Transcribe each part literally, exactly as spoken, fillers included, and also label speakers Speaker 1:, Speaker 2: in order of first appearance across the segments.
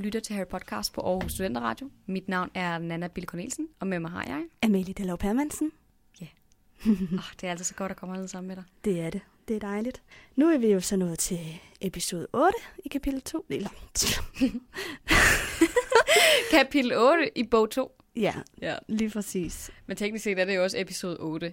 Speaker 1: lytter til Harry Podcast på Aarhus Studenterradio. Mit navn er Nana Bille Cornelsen, og med mig har jeg...
Speaker 2: Amelie Dallov Permansen.
Speaker 1: Ja. Yeah. oh, det er altid så godt at komme ned sammen med dig.
Speaker 2: Det er det. Det er dejligt. Nu er vi jo så nået til episode otte i kapitel to. Eller...
Speaker 1: kapitel otte i bog to.
Speaker 2: Ja,
Speaker 1: ja,
Speaker 2: lige præcis.
Speaker 1: Men teknisk set er det jo også episode otte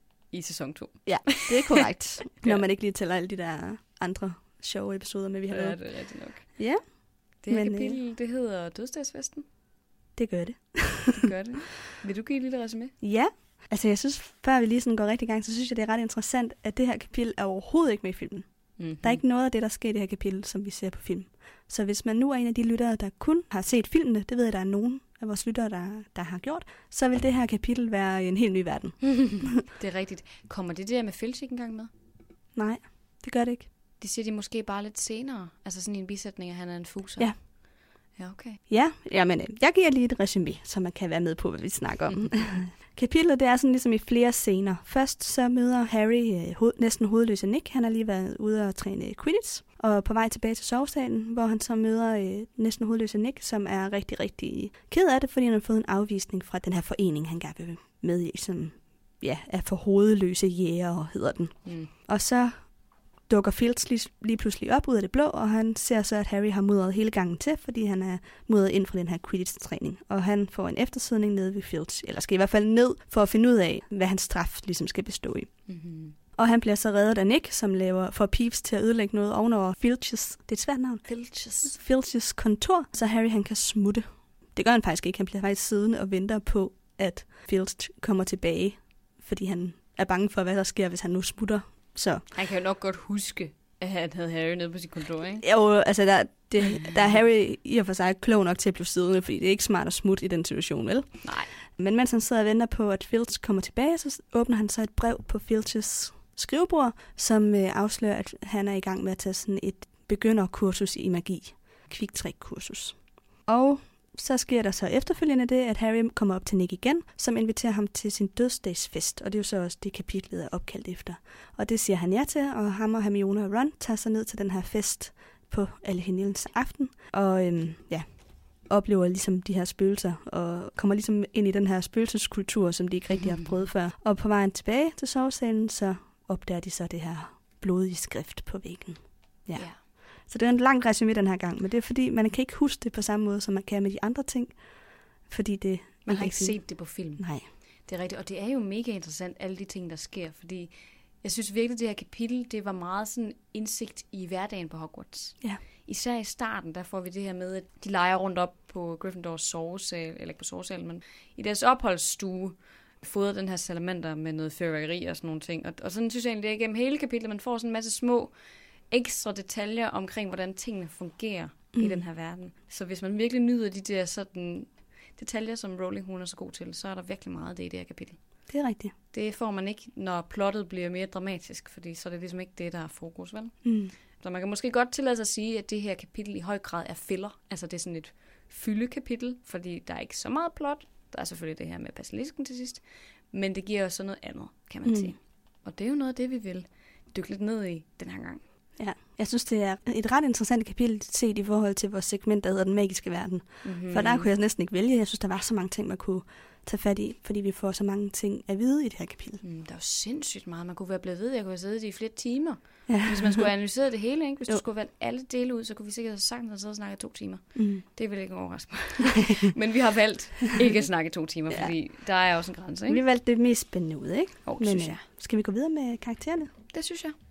Speaker 1: i sæson to.
Speaker 2: Ja, det er korrekt. ja. Når man ikke lige tæller alle de der andre sjove episoder med, vi har lavet.
Speaker 1: Ja, det er rigtigt nok.
Speaker 2: Ja.
Speaker 1: Det her
Speaker 2: Men,
Speaker 1: kapitel, det hedder Dødsdagsfesten.
Speaker 2: Det gør det.
Speaker 1: det gør det. Vil du give et lille resume?
Speaker 2: Ja. Altså, jeg synes, før vi lige sådan går rigtig i gang, så synes jeg, det er ret interessant, at det her kapitel er overhovedet ikke med i filmen. Mm-hmm. Der er ikke noget af det, der sker i det her kapitel, som vi ser på film. Så hvis man nu er en af de lyttere, der kun har set filmene, det ved jeg, der er nogen af vores lyttere, der, der har gjort, så vil det her kapitel være en helt ny verden.
Speaker 1: Det er rigtigt. Kommer det der med Filch ikke engang med?
Speaker 2: Nej, det gør det ikke.
Speaker 1: De siger de måske bare lidt senere. Altså sådan en bisætning, at han er en fuser.
Speaker 2: Ja.
Speaker 1: Ja, okay.
Speaker 2: Ja, jamen, jeg giver lige et resume, så man kan være med på, hvad vi snakker om. Kapitlet, det er sådan ligesom i flere scener. Først så møder Harry hoved, næsten hovedløse Nick. Han har lige været ude og træne Quidditch. Og på vej tilbage til sovesalen, hvor han så møder øh, næsten hovedløse Nick, som er rigtig, rigtig ked af det, fordi han har fået en afvisning fra den her forening, han gerne vil med i, som ja, er for hovedløse jæger, hedder den. Mm. Og så dukker Filch lige, lige pludselig op ud af det blå, og han ser så, at Harry har mudret hele gangen til, fordi han er mudret ind fra den her Quidditch-træning. Og han får en eftersidning nede ved Filch, eller skal i hvert fald ned for at finde ud af, hvad hans straf ligesom skal bestå i. Mm-hmm. Og han bliver så reddet af Nick, som laver for Peeves til at ødelægge noget ovenover Filches, det er et svært navn,
Speaker 1: Filches.
Speaker 2: Filches kontor, så Harry han kan smutte. Det gør han faktisk ikke, han bliver faktisk siddende og venter på, at Filch kommer tilbage, fordi han er bange for, hvad der sker, hvis han nu smutter. Så.
Speaker 1: Han kan jo nok godt huske, at han havde Harry nede på sit kontor, ikke?
Speaker 2: Jo, altså der, det, der er Harry i og for sig klog nok til at blive siddende, fordi det er ikke smart at smutte i den situation, vel?
Speaker 1: Nej.
Speaker 2: Men mens han sidder og venter på, at Filch kommer tilbage, så åbner han så et brev på Filches skrivebord, som øh, afslører, at han er i gang med at tage sådan et begynderkursus i magi. Kviktræk-kursus. Og så sker der så efterfølgende det, at Harry kommer op til Nick igen, som inviterer ham til sin dødsdagsfest, og det er jo så også det, kapitlet er opkaldt efter. Og det siger han ja til, og ham og Hermione og Ron tager sig ned til den her fest på Allehelgens aften, og øhm, ja, oplever ligesom de her spøgelser, og kommer ligesom ind i den her spøgelseskultur, som de ikke rigtig har prøvet før. Og på vejen tilbage til sovesalen, så opdager de så det her blodige skrift på væggen. Ja. Yeah. Så det er en lang resume den her gang, men det er fordi, man kan ikke huske det på samme måde, som man kan med de andre ting. Fordi det... Man,
Speaker 1: man har ikke set det på film.
Speaker 2: Nej.
Speaker 1: Det er rigtigt, og det er jo mega interessant, alle de ting, der sker, fordi jeg synes virkelig, det her kapitel, det var meget sådan indsigt i hverdagen på Hogwarts.
Speaker 2: Ja.
Speaker 1: Især i starten, der får vi det her med, at de leger rundt op på Gryffindors sovesal, eller ikke på sovesalen, men i deres opholdsstue, fodrer den her salamander med noget fyrværkeri og sådan nogle ting. Og, og sådan synes jeg egentlig, det er igennem hele kapitlet, man får sådan en masse små ekstra detaljer omkring, hvordan tingene fungerer mm. i den her verden. Så hvis man virkelig nyder de der sådan detaljer, som Rowling hun er så god til, så er der virkelig meget af det i det her kapitel.
Speaker 2: Det er rigtigt.
Speaker 1: Det får man ikke, når plottet bliver mere dramatisk, fordi så er det ligesom ikke det, der er fokus, vel? Mm. Så man kan måske godt tillade sig at sige, at det her kapitel i høj grad er filler. Altså det er sådan et fyldekapitel, fordi der er ikke så meget plot. Der er selvfølgelig det her med basilisken til sidst, men det giver også noget andet, kan man mm. sige. Og det er jo noget af det, vi vil dykke lidt ned i den her gang.
Speaker 2: Ja, jeg synes, det er et ret interessant kapitel set i forhold til vores segment, der hedder Den Magiske Verden. Mm-hmm. For der kunne jeg næsten ikke vælge. Jeg synes, der var så mange ting, man kunne tage fat i, fordi vi får så mange ting at vide i det her kapitel.
Speaker 1: Mm, der er jo sindssygt meget. Man kunne være blevet ved, jeg kunne have siddet i flere timer. Ja. Hvis man skulle analysere det hele, ikke? Hvis jo. Du skulle valgt alle dele ud, så kunne vi sikkert have sagt, at jeg sidder og snakke to timer. Mm. Det vil ikke overraske mig. Men vi har valgt ikke at snakke to timer, ja. Fordi der er også en grænse, ikke?
Speaker 2: Vi valgte det mest spændende ud, ikke?
Speaker 1: Oh, det Men, synes jeg.
Speaker 2: Skal vi gå videre med karaktererne?
Speaker 1: Det synes jeg.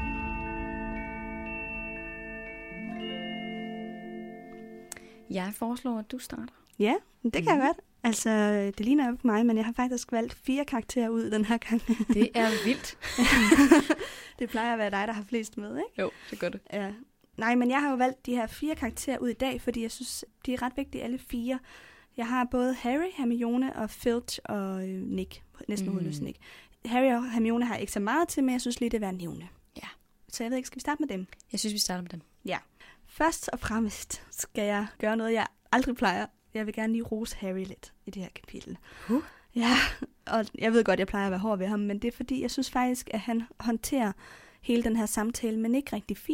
Speaker 1: Jeg foreslår, at du starter.
Speaker 2: Ja, det kan mm. jeg godt. Altså, det ligner jo på mig, men jeg har faktisk valgt fire karakterer ud den her gang.
Speaker 1: Det er vildt.
Speaker 2: Det plejer at være dig, der har flest med, ikke?
Speaker 1: Jo, det gør det.
Speaker 2: Ja. Nej, men jeg har jo valgt de her fire karakterer ud i dag, fordi jeg synes, de er ret vigtige, alle fire. Jeg har både Harry, Hermione og Filch og Nick. Næsten mm. hovedløs Nick. Harry og Hermione har ikke så meget til, men jeg synes lige, det er værd at nævne.
Speaker 1: Ja.
Speaker 2: Så jeg ved ikke, skal vi starte med dem?
Speaker 1: Jeg synes, vi starter med dem.
Speaker 2: Ja. Først og fremmest skal jeg gøre noget, jeg aldrig plejer. Jeg vil gerne lige rose Harry lidt i det her kapitel.
Speaker 1: Uh.
Speaker 2: Ja, og jeg ved godt, jeg plejer at være hård ved ham, men det er fordi, jeg synes faktisk, at han håndterer hele den her samtale, men ikke rigtig fint.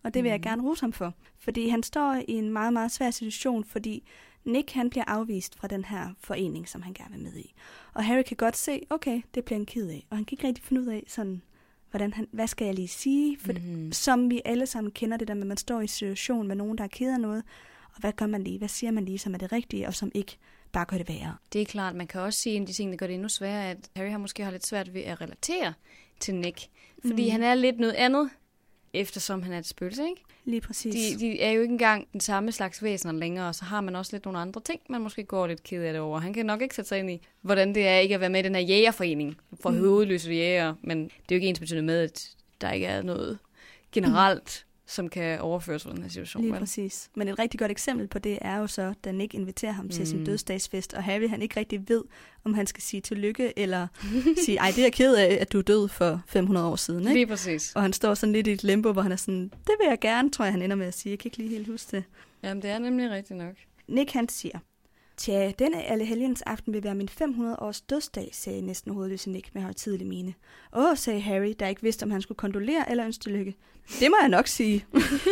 Speaker 2: Og det vil mm. jeg
Speaker 1: Mhm.
Speaker 2: gerne rose ham for. Fordi han står i en meget, meget svær situation, fordi Nick han bliver afvist fra den her forening, som han gerne vil med i. Og Harry kan godt se, okay, det bliver han ked af. Og han kan ikke rigtig finde ud af, sådan, hvordan han, hvad skal jeg lige sige? For
Speaker 1: Mhm.
Speaker 2: som vi alle sammen kender det der med, at man står i en situation med nogen, der er ked af noget. Og hvad gør man lige? Hvad siger man lige, som er det rigtige, og som ikke bare gør det værre?
Speaker 1: Det er klart, man kan også sige, at en af de ting, der gør det endnu sværere, at Harry har måske har lidt svært ved at relatere til Nick. Fordi
Speaker 2: Mm.
Speaker 1: han er lidt noget andet, eftersom han er et spøgelse, ikke?
Speaker 2: Lige præcis.
Speaker 1: De, de er jo ikke engang den samme slags væsener længere, og så har man også lidt nogle andre ting, man måske går lidt ked af det over. Han kan nok ikke sætte sig ind i, hvordan det er ikke at være med i den her jægerforening for
Speaker 2: Mm.
Speaker 1: hovedløse jæger, men det er jo ikke ensbetydende med, at der ikke er noget generelt, som kan overføres fra den her situation.
Speaker 2: Lige
Speaker 1: vel?
Speaker 2: præcis. Men et rigtig godt eksempel på det er jo så, da Nick inviterer ham til sin
Speaker 1: Mm.
Speaker 2: dødsdagsfest, og Harry han ikke rigtig ved, om han skal sige tillykke, eller sige, ej, det er jeg ked af, at du er død for fem hundrede år siden. Ikke?
Speaker 1: Lige præcis.
Speaker 2: Og han står sådan lidt i et limbo, hvor han er sådan, det vil jeg gerne, tror jeg, han ender med at sige. Jeg kan ikke lige helt huske det.
Speaker 1: Jamen, det er nemlig rigtigt nok.
Speaker 2: Nick han siger, tja, denne Allehelgens aften vil være min fem hundrede års dødsdag, sagde næsten hovedløse Nick med højtidelig mine. Åh, sagde Harry, der ikke vidste, om han skulle kondolere eller ønske tillykke. Det må jeg nok sige.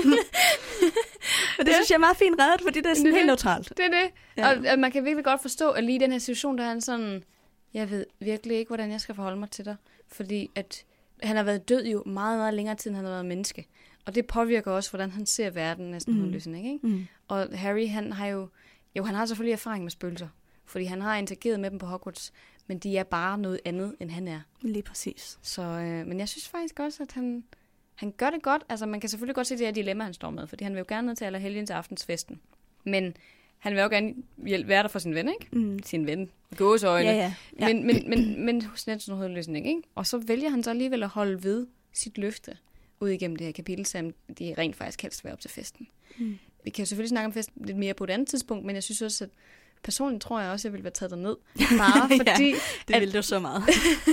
Speaker 2: Og det
Speaker 1: Ja.
Speaker 2: synes jeg er meget fint reddet, fordi det er sådan
Speaker 1: Det er
Speaker 2: helt
Speaker 1: det.
Speaker 2: neutralt.
Speaker 1: Det er det.
Speaker 2: Ja.
Speaker 1: Ja. Og at man kan virkelig godt forstå, at lige i den her situation, der er han sådan, jeg ved virkelig ikke, hvordan jeg skal forholde mig til dig. Fordi at han har været død jo meget, meget længere tid, end han har været menneske. Og det påvirker også, hvordan han ser verden næsten
Speaker 2: Mm.
Speaker 1: mm. løsning, ikke?
Speaker 2: Mm.
Speaker 1: Og Harry, han har jo, jo, han har selvfølgelig erfaring med spøgelser. Fordi han har interageret med dem på Hogwarts. Men de er bare noget andet, end han er.
Speaker 2: Lige præcis.
Speaker 1: Så, øh, men jeg synes faktisk også, at han, han gør det godt. Altså, man kan selvfølgelig godt se det her dilemma, han står med. Fordi han vil jo gerne ned til Allerhelgen til aftensfesten. Men han vil jo gerne hjælpe, være der for sin ven, ikke?
Speaker 2: Mm.
Speaker 1: Sin ven. Gåseøjne.
Speaker 2: Ja, ja. ja.
Speaker 1: Men, men, men, men hos Netson hovedløsning, ikke? Og så vælger han så alligevel at holde ved sit løfte ud igennem det her kapitel, som de rent faktisk helst vil være op til festen.
Speaker 2: Mm.
Speaker 1: Vi kan jo selvfølgelig snakke om festen lidt mere på et andet tidspunkt, men jeg synes også, at personligt tror jeg også, at jeg vil være taget derned. Bare fordi,
Speaker 2: det
Speaker 1: at,
Speaker 2: ville det så meget.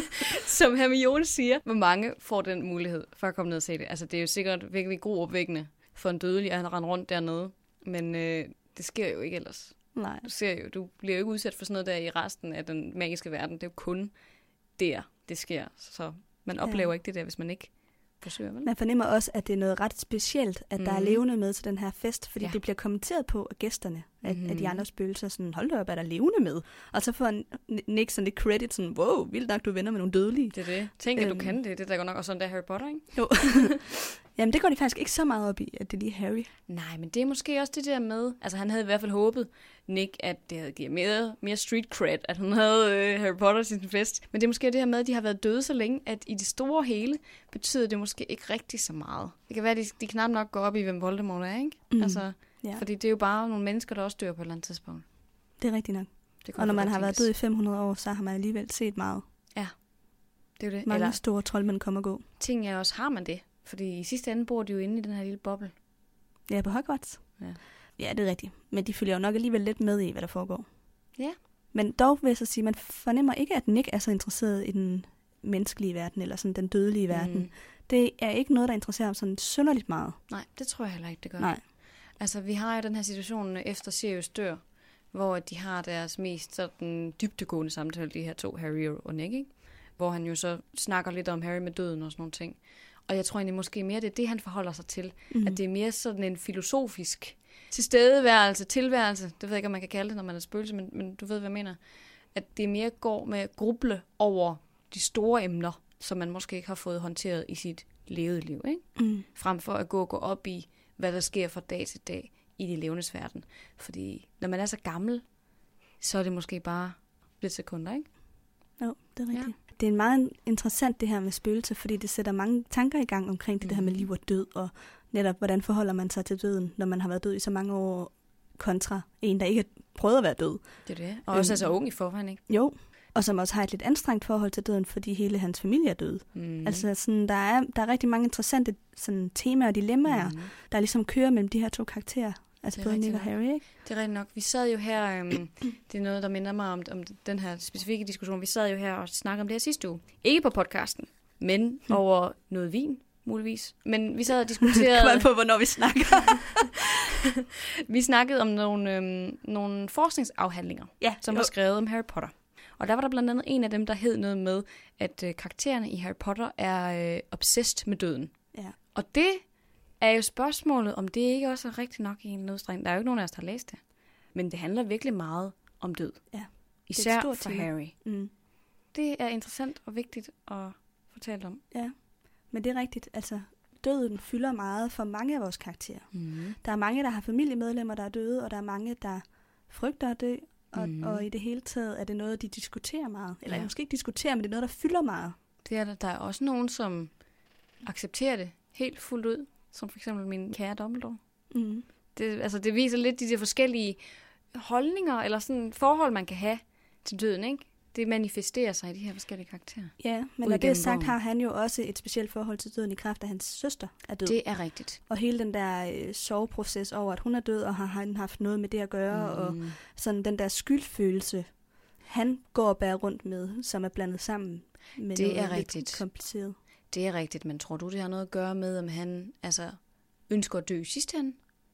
Speaker 1: som Hermione siger, hvor mange får den mulighed for at komme ned og se det. Altså, det er jo sikkert virkelig gruopvækkende for en dødelig, at han render rundt dernede. Men øh, det sker jo ikke ellers.
Speaker 2: Nej.
Speaker 1: Du ser jo, du bliver jo ikke udsat for sådan noget der i resten af den magiske verden. Det er jo kun der, det sker. Så man oplever
Speaker 2: Ja.
Speaker 1: ikke det der, hvis man ikke forsøger, vel?
Speaker 2: Man fornemmer også, at det er noget ret specielt, at mm. der er
Speaker 1: Mhm.
Speaker 2: levende med til den her fest, fordi ja.
Speaker 1: Ja.
Speaker 2: det bliver kommenteret på af gæsterne, at,
Speaker 1: Mhm.
Speaker 2: at de andre spøgelser sådan, hold da op, er der levende med? Og så får Nick sådan lidt credit, sådan, wow, vildt nok, du venner med nogle dødelige.
Speaker 1: Det er det. Tænk, at
Speaker 2: Øhm.
Speaker 1: du kan det. Det er der godt nok også sådan der Harry Potter, ikke?
Speaker 2: Jo. Jamen, det går de faktisk ikke så meget op i, at det er lige Harry.
Speaker 1: Nej, men det er måske også det der med... Altså, han havde i hvert fald håbet, Nick, at det havde givet mere, mere street cred, at han havde øh, Harry Potter til sin fest. Men det er måske det her med, at de har været døde så længe, at i det store hele betyder det måske ikke rigtig så meget. Det kan være, at de, de knap nok går op i, hvem Voldemort er, ikke?
Speaker 2: Mm.
Speaker 1: Altså,
Speaker 2: Ja,
Speaker 1: fordi det er jo bare nogle mennesker, der også dør på et eller andet tidspunkt.
Speaker 2: det er rigtigt nok.
Speaker 1: Det kunne
Speaker 2: Og når man
Speaker 1: godt
Speaker 2: har været
Speaker 1: tænkes.
Speaker 2: død i fem hundrede år, så har man alligevel set meget.
Speaker 1: Det er jo det.
Speaker 2: Mange
Speaker 1: Eller
Speaker 2: store troldmænd kommer og gå.
Speaker 1: ting er også, har man det? Fordi i sidste ende bor de jo inde i den her lille boble.
Speaker 2: Ja, på Hogwarts.
Speaker 1: Ja.
Speaker 2: Ja, det er rigtigt. Men de følger jo nok alligevel lidt med i, hvad der foregår.
Speaker 1: Ja.
Speaker 2: Men dog vil jeg så sige, man fornemmer ikke, at Nick er så interesseret i den menneskelige verden, eller sådan den dødelige verden.
Speaker 1: Mm.
Speaker 2: Det er ikke noget, der interesserer ham sådan synderligt meget.
Speaker 1: Nej, det tror jeg heller ikke, det gør.
Speaker 2: Nej.
Speaker 1: Altså, vi har jo den her situation efter Sirius dør, hvor de har deres mest sådan dybdegående samtale, de her to, Harry og Nick, ikke? Hvor han jo så snakker lidt om Harry med døden og sådan nogle ting. Og jeg tror egentlig måske mere, det er det, han forholder sig til.
Speaker 2: Mm.
Speaker 1: Mm. At det er mere sådan en filosofisk tilstedeværelse, tilværelse. Det ved jeg ikke, om man kan kalde det, når man er spøgelse, men, men du ved, hvad jeg mener. At det mere går med at gruble over de store emner, som man måske ikke har fået håndteret i sit levede liv, ikke?
Speaker 2: Mm.
Speaker 1: Frem for at gå og gå op i, hvad der sker fra dag til dag i de levendes verden. Fordi når man er så gammel, så er det måske bare lidt sekunder, ikke?
Speaker 2: Jo, det er rigtigt. Ja. Det er meget interessant det her med spøgelser, fordi det sætter mange tanker i gang omkring det, mm. det her med liv og død, og netop hvordan forholder man sig til døden, når man har været død i så mange år, kontra en, der ikke har prøvet at være død.
Speaker 1: Det er det. Og også er så ung i forvejen, ikke?
Speaker 2: Jo, og som også har et lidt anstrengt forhold til døden, fordi hele hans familie er død.
Speaker 1: Mm.
Speaker 2: Altså sådan, der er, der er rigtig mange interessante sådan, temaer og dilemmaer, mm. der ligesom kører mellem de her to karakterer. Altså både Nick og Harry, ikke?
Speaker 1: Det er rigtigt nok. Vi sad jo her, øhm, det er noget, der minder mig om, om den her specifikke diskussion. Vi sad jo her og snakkede om det her sidste uge. Ikke på podcasten, men mm. over noget vin, muligvis. Men vi sad og diskuterede...
Speaker 2: Kom på, hvornår vi snakker.
Speaker 1: vi snakkede om nogle, øhm, nogle forskningsafhandlinger,
Speaker 2: ja,
Speaker 1: som
Speaker 2: jo.
Speaker 1: var skrevet om Harry Potter. Og der var der blandt andet en af dem, der hed noget med, at øh, karaktererne i Harry Potter er øh, obsessed med døden.
Speaker 2: Ja.
Speaker 1: Og det er jo spørgsmålet, om det ikke også er rigtigt nok i en nødstreng. Der er jo ikke nogen af os, der har læst det. Men det handler virkelig meget om død.
Speaker 2: Ja.
Speaker 1: Især for tema. Harry.
Speaker 2: Mm.
Speaker 1: Det er interessant og vigtigt at fortælle om.
Speaker 2: Ja, men det er rigtigt. Altså, døden fylder meget for mange af vores karakterer. Mm. Der er mange, der har familiemedlemmer, der er døde, og der er mange, der frygter at dø. Og, mm. og i det hele taget er det noget, de diskuterer meget. Eller ja. måske ikke diskuterer, men det er noget, der fylder meget.
Speaker 1: Det er der. Der er også nogen, som accepterer det helt fuldt ud. Som for eksempel min kære Dumbledore. Mm. Det, altså, det viser lidt de der forskellige holdninger, eller sådan forhold, man kan have til døden, ikke? Det manifesterer sig i de her forskellige karakterer.
Speaker 2: Ja, men når det er sagt, har han jo også et specielt forhold til døden i kraft af hans søster er død.
Speaker 1: Det er rigtigt.
Speaker 2: Og hele den der øh, soveproces over, at hun er død, og har han haft noget med det at gøre, mm. og sådan den der skyldfølelse, han går og bærer rundt med, som er blandet sammen med
Speaker 1: det
Speaker 2: noget
Speaker 1: er rigtigt.
Speaker 2: kompliceret.
Speaker 1: Det er rigtigt, men tror du, det har noget at gøre med, om han altså, ønsker at dø sidst hen?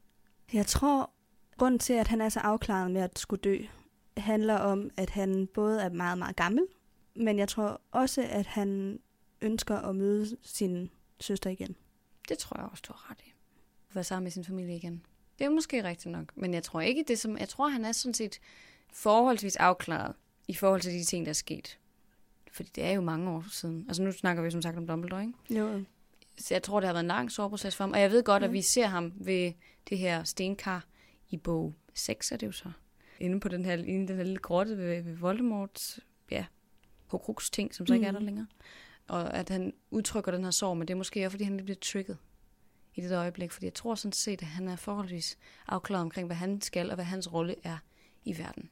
Speaker 2: Jeg tror, grunden til, at han er så afklaret med at skulle dø, handler om, at han både er meget, meget gammel, men jeg tror også, at han ønsker at møde sin søster igen.
Speaker 1: Det tror jeg også, du har ret i. At være sammen med sin familie igen. Det er måske rigtigt nok, men jeg tror ikke det som... Jeg tror, han er sådan set forholdsvis afklaret i forhold til de ting, der er sket. Fordi det er jo mange år siden. Altså nu snakker vi som sagt om Dumbledore, ikke?
Speaker 2: Jo.
Speaker 1: Så jeg tror, det har været en lang soveproces for ham. Og jeg ved godt, ja. at vi ser ham ved det her stenkar i bog seks, er det jo så. Inde på den her, inde den her lille grotte ved, ved Voldemorts, ja, Horcrux ting, som så ikke mm. er der længere. Og at han udtrykker den her sorg, men det er måske også, fordi han lige bliver trigget i det øjeblik. Fordi jeg tror sådan set, at han er forholdsvis afklaret omkring, hvad han skal, og hvad hans rolle er i verden.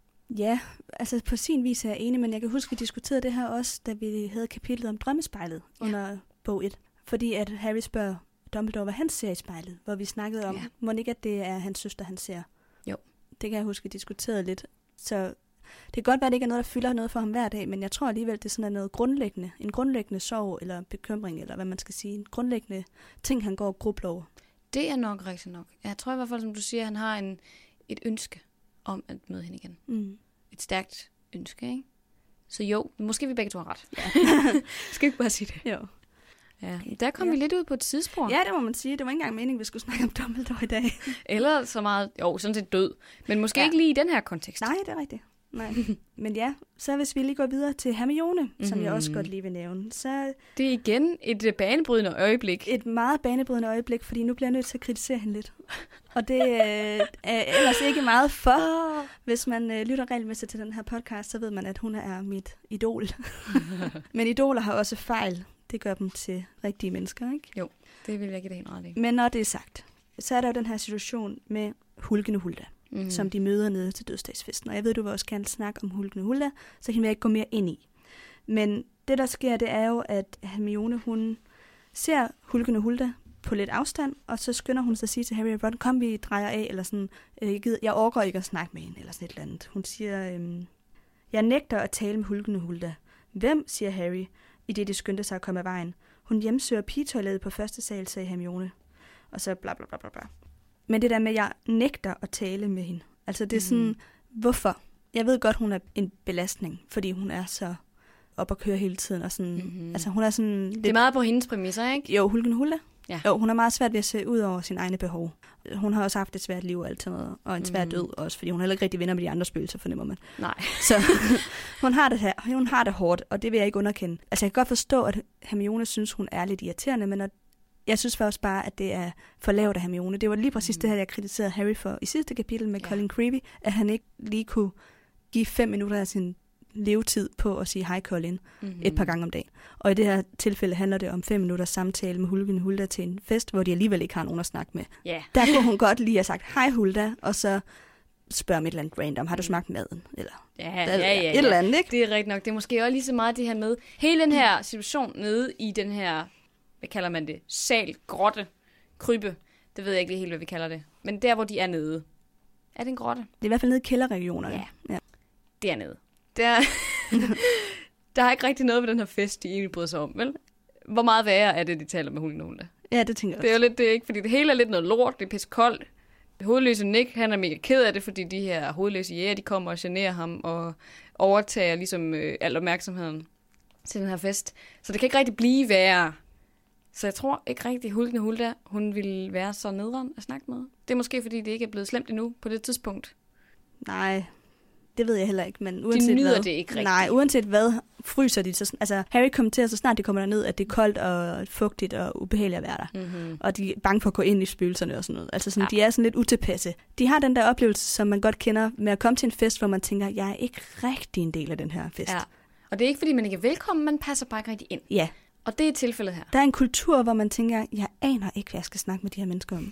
Speaker 2: Ja, altså på sin vis er jeg enig, men jeg kan huske, at vi diskuterede det her også, da vi havde kapitlet om drømmespejlet ja. under bog et. Fordi at Harry spørger Dumbledore, hvad han ser i spejlet, hvor vi snakkede om, ja. må ikke, at det er hans søster, han ser.
Speaker 1: Jo.
Speaker 2: Det kan jeg huske, at vi diskuterede lidt. Så det kan godt være, at det ikke er noget, der fylder noget for ham hver dag, men jeg tror alligevel, det er sådan noget grundlæggende, en grundlæggende sorg eller bekymring, eller hvad man skal sige, en grundlæggende ting, han går og grubler over.
Speaker 1: Det er nok rigtigt nok. Jeg tror i hvert fald, som du siger, han har en, et ønske om at møde hende igen. Mm. Et stærkt ønske, ikke? Så jo, måske vi begge to har ret. Ja. Skal vi ikke bare sige det?
Speaker 2: Jo.
Speaker 1: Ja, der kom ja. vi lidt ud på et tidsspor.
Speaker 2: Ja, det må man sige. Det var ikke engang meningen, vi skulle snakke om Dumbledore i dag.
Speaker 1: Eller så meget, jo, sådan set død. Men måske ja. ikke lige i den her kontekst.
Speaker 2: Nej, det er rigtigt. Nej. Men ja, så hvis vi lige går videre til Hermione, mm-hmm. som jeg også godt lige vil nævne. Så
Speaker 1: det er igen et banebrydende øjeblik.
Speaker 2: Et meget banebrydende øjeblik, fordi nu bliver jeg nødt til at kritisere hende lidt. Og det øh, er ellers ikke meget for. Hvis man øh, lytter regelmæssigt til den her podcast, så ved man, at hun er mit idol. Men idoler har også fejl. Det gør dem til rigtige mennesker, ikke?
Speaker 1: Jo, det vil jeg give dig helt ret i.
Speaker 2: Men når det er sagt, så er der jo den her situation med Hulkende Hulda, mm. som de møder nede til dødsdagsfesten. Og jeg ved, du vil også gerne snakke om Hulkende Hulda, så hende vil jeg ikke gå mere ind i. Men det, der sker, det er jo, at Hermione, hun ser Hulkende Hulda på lidt afstand, og så skynder hun sig at sige til Harry og Ron, kom, vi drejer af, eller sådan, jeg, gider, jeg orker ikke at snakke med hende, eller sådan et eller andet. Hun siger, øhm, jeg nægter at tale med Hulkende Hulda. Hvem, siger Harry, i det de skyndte sig at komme af vejen. Hun hjemsøger pigetoilettet på første sal, sagde Hermione. Og så bla bla bla bla bla. Men det der med, at jeg nægter at tale med hende. Altså det er sådan, mm. hvorfor? Jeg ved godt, hun er en belastning, fordi hun er så op at køre hele tiden. Og sådan, mm-hmm. altså hun er sådan lidt...
Speaker 1: Det er meget på hendes præmisser, ikke?
Speaker 2: Jo, Hulkende Hulda.
Speaker 1: Ja.
Speaker 2: Jo, hun har meget svært ved at se ud over sine egne behov. Hun har også haft et svært liv og alt sådan noget, og en svær mm. død også, fordi hun heller ikke rigtig venner med de andre spøgelser, fornemmer man.
Speaker 1: Nej.
Speaker 2: Så hun har det her, hun har det hårdt, og det vil jeg ikke underkende. Altså jeg kan godt forstå, at Hermione synes, hun er lidt irriterende, men at jeg synes faktisk bare, at det er for lavt af Hermione. Det var lige præcis mm. det her, jeg kritiserede Harry for i sidste kapitel med ja. Colin Creevy, at han ikke lige kunne give fem minutter af sin levetid på at sige hej Colin mm-hmm. et par gange om dagen. Og i det her tilfælde handler det om fem minutters samtale med Hulkende Hulda til en fest, hvor de alligevel ikke har nogen at snakke med.
Speaker 1: Yeah.
Speaker 2: Der kunne hun godt lige have sagt, hej Hulda, og så spørge mit eller andet random, har du smagt maden? Eller
Speaker 1: ja, ja, ja, ja.
Speaker 2: et eller andet, ikke?
Speaker 1: Det er rigtigt nok. Det er måske også lige så meget det her med, hele den her situation nede i den her, hvad kalder man det, sal, grotte, krybe. Det ved jeg ikke lige helt, hvad vi kalder det. Men der, hvor de er nede. Er det en grotte?
Speaker 2: Det er i hvert fald nede i kælderregionerne.
Speaker 1: Ja, ja. Det er nede. Der, der er ikke rigtig noget ved den her fest, de egentlig bryder sig om, vel? Hvor meget værre er det, de taler med Hulkende Hulda?
Speaker 2: Ja, det tænker jeg
Speaker 1: Det er jo lidt det, ikke? Fordi det hele er lidt noget lort, det er pisse koldt. Hovedløse Nick, han er mega ked af det, fordi de her hovedløse jæger, de kommer og generer ham og overtager ligesom øh, al opmærksomheden til den her fest. Så det kan ikke rigtig blive værre. Så jeg tror ikke rigtig, Hulkende Hulda, hun ville være så nederen at snakke med. Det er måske, fordi det ikke er blevet slemt endnu på det tidspunkt.
Speaker 2: Nej, det ved jeg heller ikke, men uanset
Speaker 1: de nyder
Speaker 2: hvad,
Speaker 1: det ikke rigtigt.
Speaker 2: Nej, uanset hvad, fryser de. Så, altså, Harry kommenterer, så snart de kommer derned, at det er koldt og fugtigt og ubehageligt at være der. Mm-hmm. Og de er bange for at gå ind i spøgelserne og sådan noget. Altså sådan, ja. De er sådan lidt utilpasse. De har den der oplevelse, som man godt kender, med at komme til en fest, hvor man tænker, jeg er ikke rigtig en del af den her fest.
Speaker 1: Ja. Og det er ikke, fordi man ikke er velkommen, man passer bare ikke rigtig ind.
Speaker 2: Ja.
Speaker 1: Og det er tilfældet her.
Speaker 2: Der er en kultur, hvor man tænker, jeg aner ikke, hvad jeg skal snakke med de her mennesker om.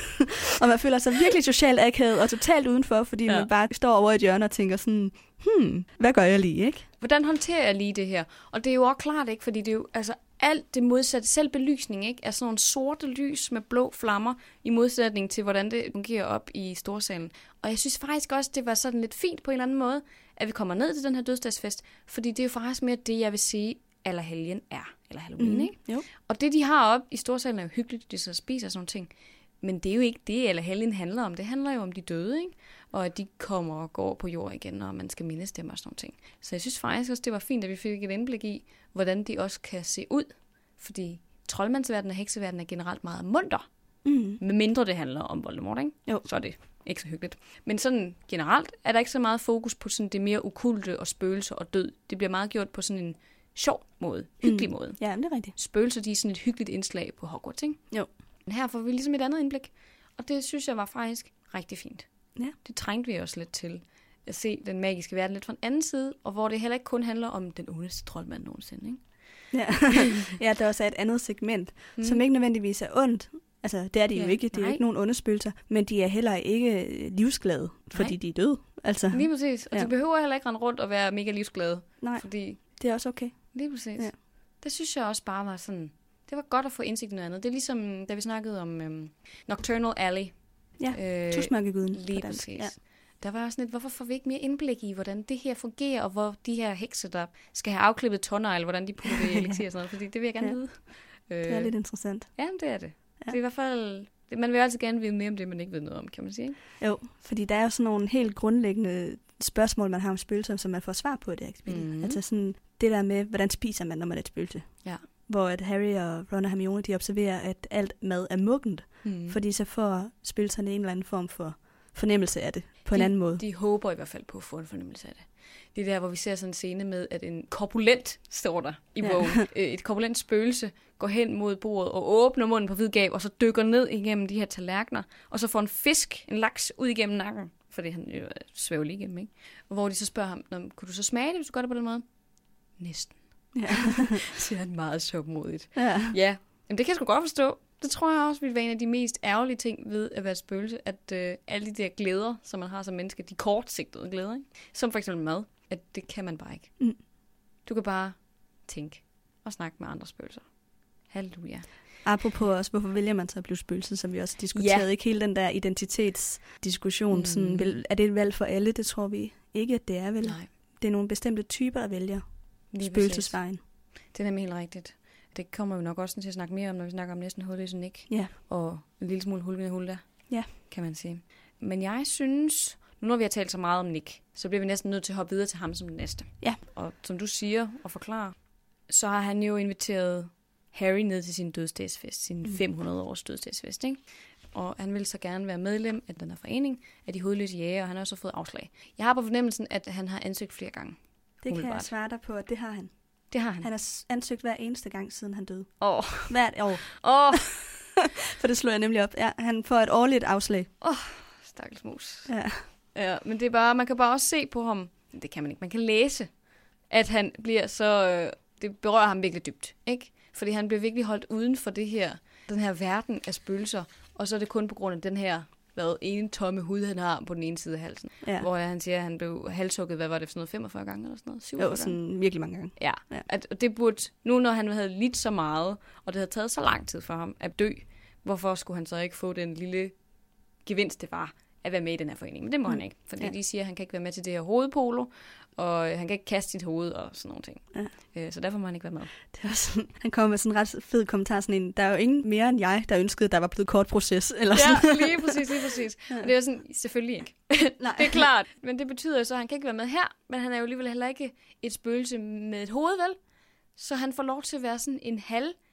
Speaker 2: Og man føler sig virkelig socialt akavet og totalt udenfor, fordi ja. man bare står over et hjørne og tænker sådan, hmm, hvad gør jeg lige, ikke?
Speaker 1: Hvordan håndterer jeg lige det her? Og det er jo også klart, ikke? Fordi det er jo altså alt det modsatte, selv belysning, ikke? Er sådan nogle sorte lys med blå flammer, i modsætning til, hvordan det fungerer op i storsalen. Og jeg synes faktisk også, det var sådan lidt fint på en eller anden måde, at vi kommer ned til den her dødsdagsfest, fordi det er jo faktisk mere det, jeg vil sige, allerhelgen er, eller Halloween, mm, ikke?
Speaker 2: Jo.
Speaker 1: Og det, de har op i storsalen, er jo hyggeligt, de så spiser sådan nogle ting. Men det er jo ikke det, allerhelgen handler om. Det handler jo om de døde, ikke? Og at de kommer og går på jord igen, og man skal mindes dem og sådan nogle ting. Så jeg synes faktisk også, det var fint, at vi fik et indblik i, hvordan de også kan se ud. Fordi troldmandsverdenen og hekseverdenen er generelt meget munter. Mm. Med mindre det handler om Voldemort, ikke?
Speaker 2: Jo.
Speaker 1: Så er det ikke så hyggeligt. Men sådan generelt er der ikke så meget fokus på sådan det mere okulte og spøgelser og død. Det bliver meget gjort på sådan en sjov måde, hyggelig mm. måde.
Speaker 2: Ja, det er rigtigt.
Speaker 1: Spøgelser, de er sådan et hyggeligt indslag på Hogwarts, ikke?
Speaker 2: Jo.
Speaker 1: Men her får vi ligesom et andet indblik, og det synes jeg var faktisk rigtig fint.
Speaker 2: Ja.
Speaker 1: Det trængte vi også lidt til, at se den magiske verden lidt fra en anden side, og hvor det heller ikke kun handler om den ondeste troldmand nogensinde, ikke?
Speaker 2: Ja, ja, der også er et andet segment, mm. som ikke nødvendigvis er ondt. Altså, det er de ja, jo ikke. Det er jo ikke nogen onde spøgelser, men de er heller ikke livsglade, fordi nej. De er døde. Altså,
Speaker 1: lige præcis. Og ja. De behøver heller ikke rende rundt og være mega livsglade.
Speaker 2: Nej, fordi det er også okay.
Speaker 1: Lige præcis. Ja. Det synes jeg også bare var sådan, det var godt at få indsigt i noget andet. Det er ligesom, da vi snakkede om øhm, Nocturnal Alley.
Speaker 2: Ja, øh, tusmørkeguden.
Speaker 1: Lige præcis. Ja. Der var også lidt, hvorfor får vi ikke mere indblik i, hvordan det her fungerer, og hvor de her hekse, der skal have afklippet tårnegle, hvordan de putter det i elixir og sådan noget, fordi det vil jeg gerne
Speaker 2: ja.
Speaker 1: vide.
Speaker 2: Det er øh, lidt interessant.
Speaker 1: Ja, det er det. Ja. Det er i hvert fald, man vil altid gerne vide mere om det, man ikke ved noget om, kan man sige.
Speaker 2: Jo, fordi der er jo sådan nogle helt grundlæggende spørgsmål, man har om spøgelser, som man får svar på i det her spil. Mm-hmm. Altså sådan det der med, hvordan spiser man, når man er et spøgelse.
Speaker 1: Ja.
Speaker 2: Hvor at Harry og Ron og Hermione, de observerer, at alt mad er muggent, mm. fordi så får spøgelserne en eller anden form for fornemmelse af det på
Speaker 1: de,
Speaker 2: en anden måde.
Speaker 1: De håber i hvert fald på at få en fornemmelse af det. Det er der, hvor vi ser sådan en scene med, at en korpulent, står der i bogen, ja. et korpulent spøgelse går hen mod bordet og åbner munden på vid gab, og så dykker ned igennem de her tallerkener, og så får en fisk, en laks, ud igennem nakken, fordi han jo svæver lige igennem, ikke? Og hvor de så spørger ham, kunne du så smage det, hvis du gør det på den måde? Næsten. Ja. siger han meget sjovmodigt. Ja. Ja. Jamen, det kan jeg sgu godt forstå. Det tror jeg også ville være en af de mest ærgerlige ting ved at være et spøgelse, at øh, alle de der glæder, som man har som menneske, de kortsigtede glæder, ikke? Som for eksempel mad, at det kan man bare ikke. Mm. Du kan bare tænke og snakke med andre spøgelser. Halleluja.
Speaker 2: Apropos også, hvorfor vælger man så at blive spøgelse, som vi også diskuterede, ja. Ikke hele den der identitetsdiskussion. Mm. Sådan, er det et valg for alle? Det tror vi ikke, at det er vel. Nej. Det er nogle bestemte typer, der vælger spøgelsesvejen.
Speaker 1: Det er nemlig helt rigtigt. Det kommer vi nok også til at snakke mere om, når vi snakker om næsten hovedløse Nick.
Speaker 2: Ja.
Speaker 1: Og en lille smule Hulkende Hulda,
Speaker 2: ja.
Speaker 1: Kan man sige. Men jeg synes, nu når vi har talt så meget om Nick, så bliver vi næsten nødt til at hoppe videre til ham som den næste.
Speaker 2: Ja.
Speaker 1: Og som du siger og forklarer, så har han jo inviteret Harry ned til sin dødsdagsfest, sin mm. fem hundrede års dødsdagsfest, ikke? Og han vil så gerne være medlem af den her forening af de hovedløse jæger, og han har også fået afslag. Jeg har på fornemmelsen, at han har ansøgt flere gange.
Speaker 2: Det kan jeg svare dig på, at det har han.
Speaker 1: Det har han.
Speaker 2: Han har ansøgt hver eneste gang, siden han døde.
Speaker 1: Åh. Oh.
Speaker 2: Hvert år.
Speaker 1: Åh. Oh.
Speaker 2: For det slår jeg nemlig op. Ja, han får et årligt afslag.
Speaker 1: Åh, oh, stakkels mus.
Speaker 2: Ja.
Speaker 1: Ja, men det er bare, man kan bare også se på ham. Det kan man ikke. Man kan læse, at han bliver så, øh, det berører ham virkelig dybt, ikke? Fordi han bliver virkelig holdt uden for det her, den her verden af spøgelser, og så er det kun på grund af den her, hvad, ene tomme hud, han har på den ene side af halsen. Ja. Hvor han siger, at han blev halshugget, hvad var det for noget, femogfyrre gange eller sådan noget? syvogfyrre
Speaker 2: jo, sådan gange. Virkelig mange gange.
Speaker 1: Ja, ja. At det burde, nu når han havde lidt så meget, og det havde taget så lang tid for ham at dø, hvorfor skulle han så ikke få den lille gevinst, det var at være med i den her forening? Men det må mm. han ikke, fordi ja. De siger, at han kan ikke være med til det her hovedpolo, og han kan ikke kaste sit hoved og sådan nogle ting. Ja. Så derfor må han ikke være med.
Speaker 2: Det var sådan, han kom med sådan en ret fed kommentar, sådan en, der er jo ingen mere end jeg, der ønskede, at der var blevet kort proces. Eller sådan.
Speaker 1: Ja, lige præcis, lige præcis. Ja. Og det er sådan, selvfølgelig ikke. Nej. Det er klart, men det betyder jo så, at han kan ikke være med her, men han er jo alligevel heller ikke et spøgelse med et hoved, vel? Så han får lov til at være sådan en halv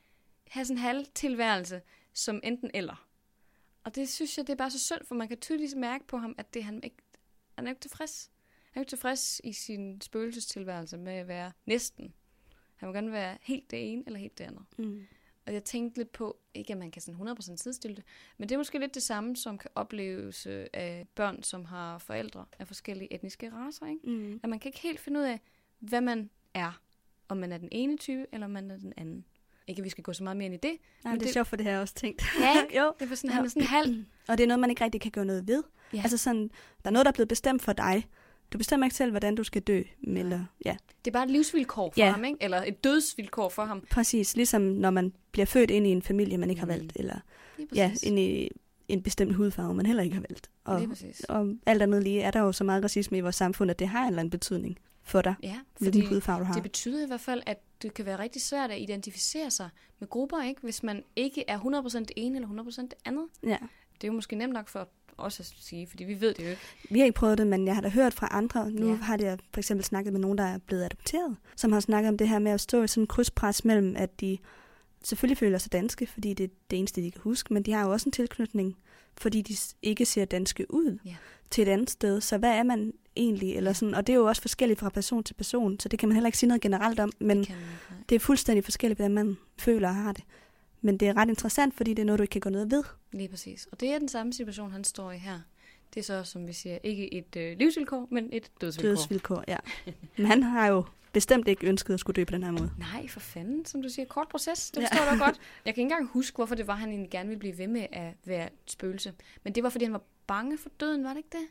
Speaker 1: have sådan en halvtilværelse som enten eller. Og det synes jeg, det er bare så synd, for man kan tydeligt mærke på ham, at det, han, ikke, han er ikke tilfreds. Han er ikke tilfreds i sin spøgelsestilværelse med at være næsten. Han må gerne være helt det ene eller helt det andet.
Speaker 2: Mm.
Speaker 1: Og jeg tænkte lidt på, ikke at man kan sådan hundrede procent sidestille det, men det er måske lidt det samme, som kan opleves af børn, som har forældre af forskellige etniske racer. Ikke?
Speaker 2: Mm.
Speaker 1: At man kan ikke helt finde ud af, hvad man er. Om man er den ene type, eller om man er den anden. Ikke at vi skal gå så meget mere ind i det.
Speaker 2: Nej, men det er sjovt, for det har jeg også tænkt.
Speaker 1: Ja,
Speaker 2: jo.
Speaker 1: Det var sådan, han er sådan halv.
Speaker 2: Og det er noget, man ikke rigtig kan gøre noget ved.
Speaker 1: Ja.
Speaker 2: Altså sådan, der er noget, der er blevet bestemt for dig. Du bestemmer ikke selv, hvordan du skal dø. Eller, ja.
Speaker 1: Det er bare et livsvilkår for
Speaker 2: ja.
Speaker 1: ham, ikke? Eller et dødsvilkår for ham.
Speaker 2: Præcis, ligesom når man bliver født ind i en familie, man ikke har valgt. Eller ja, ind i en bestemt hudfarve, man heller ikke har valgt. Og, og alt andet lige er der jo så meget racisme i vores samfund, at det har en eller anden betydning for dig,
Speaker 1: ja,
Speaker 2: hvilken hudfarve du har.
Speaker 1: Det betyder i hvert fald, at det kan være rigtig svært at identificere sig med grupper, ikke? Hvis man ikke er hundrede procent det ene eller hundrede procent det andet.
Speaker 2: Ja.
Speaker 1: Det er jo måske nemt nok for os at sige, fordi vi ved det jo ikke.
Speaker 2: Vi har ikke prøvet det, men jeg har da hørt fra andre. Nu
Speaker 1: ja.
Speaker 2: har jeg for eksempel snakket med nogen, der er blevet adopteret, som har snakket om det her med at stå i sådan en krydspres mellem, at de selvfølgelig føler sig danske, fordi det er det eneste, de kan huske, men de har jo også en tilknytning, fordi de ikke ser danske ud
Speaker 1: ja.
Speaker 2: til et andet sted. Så hvad er man egentlig? Eller sådan, og det er jo også forskelligt fra person til person, så det kan man heller ikke sige noget generelt om, men det, man, det er fuldstændig forskelligt, hvordan man føler og har det. Men det er ret interessant, fordi det er noget, du ikke kan gå noget ved.
Speaker 1: Lige præcis. Og det er den samme situation, han står i her. Det er så, som vi siger, ikke et øh, livsvilkår, men et dødsvilkår.
Speaker 2: Dødsvilkår, ja. Men han har jo bestemt ikke ønsket at skulle dø på den her måde.
Speaker 1: Nej, for fanden, som du siger. Kort proces, det forstår ja. du godt. Jeg kan ikke engang huske, hvorfor det var, han egentlig gerne ville blive ved med at være et spøgelse. Men det var, fordi han var bange for døden, var det ikke det?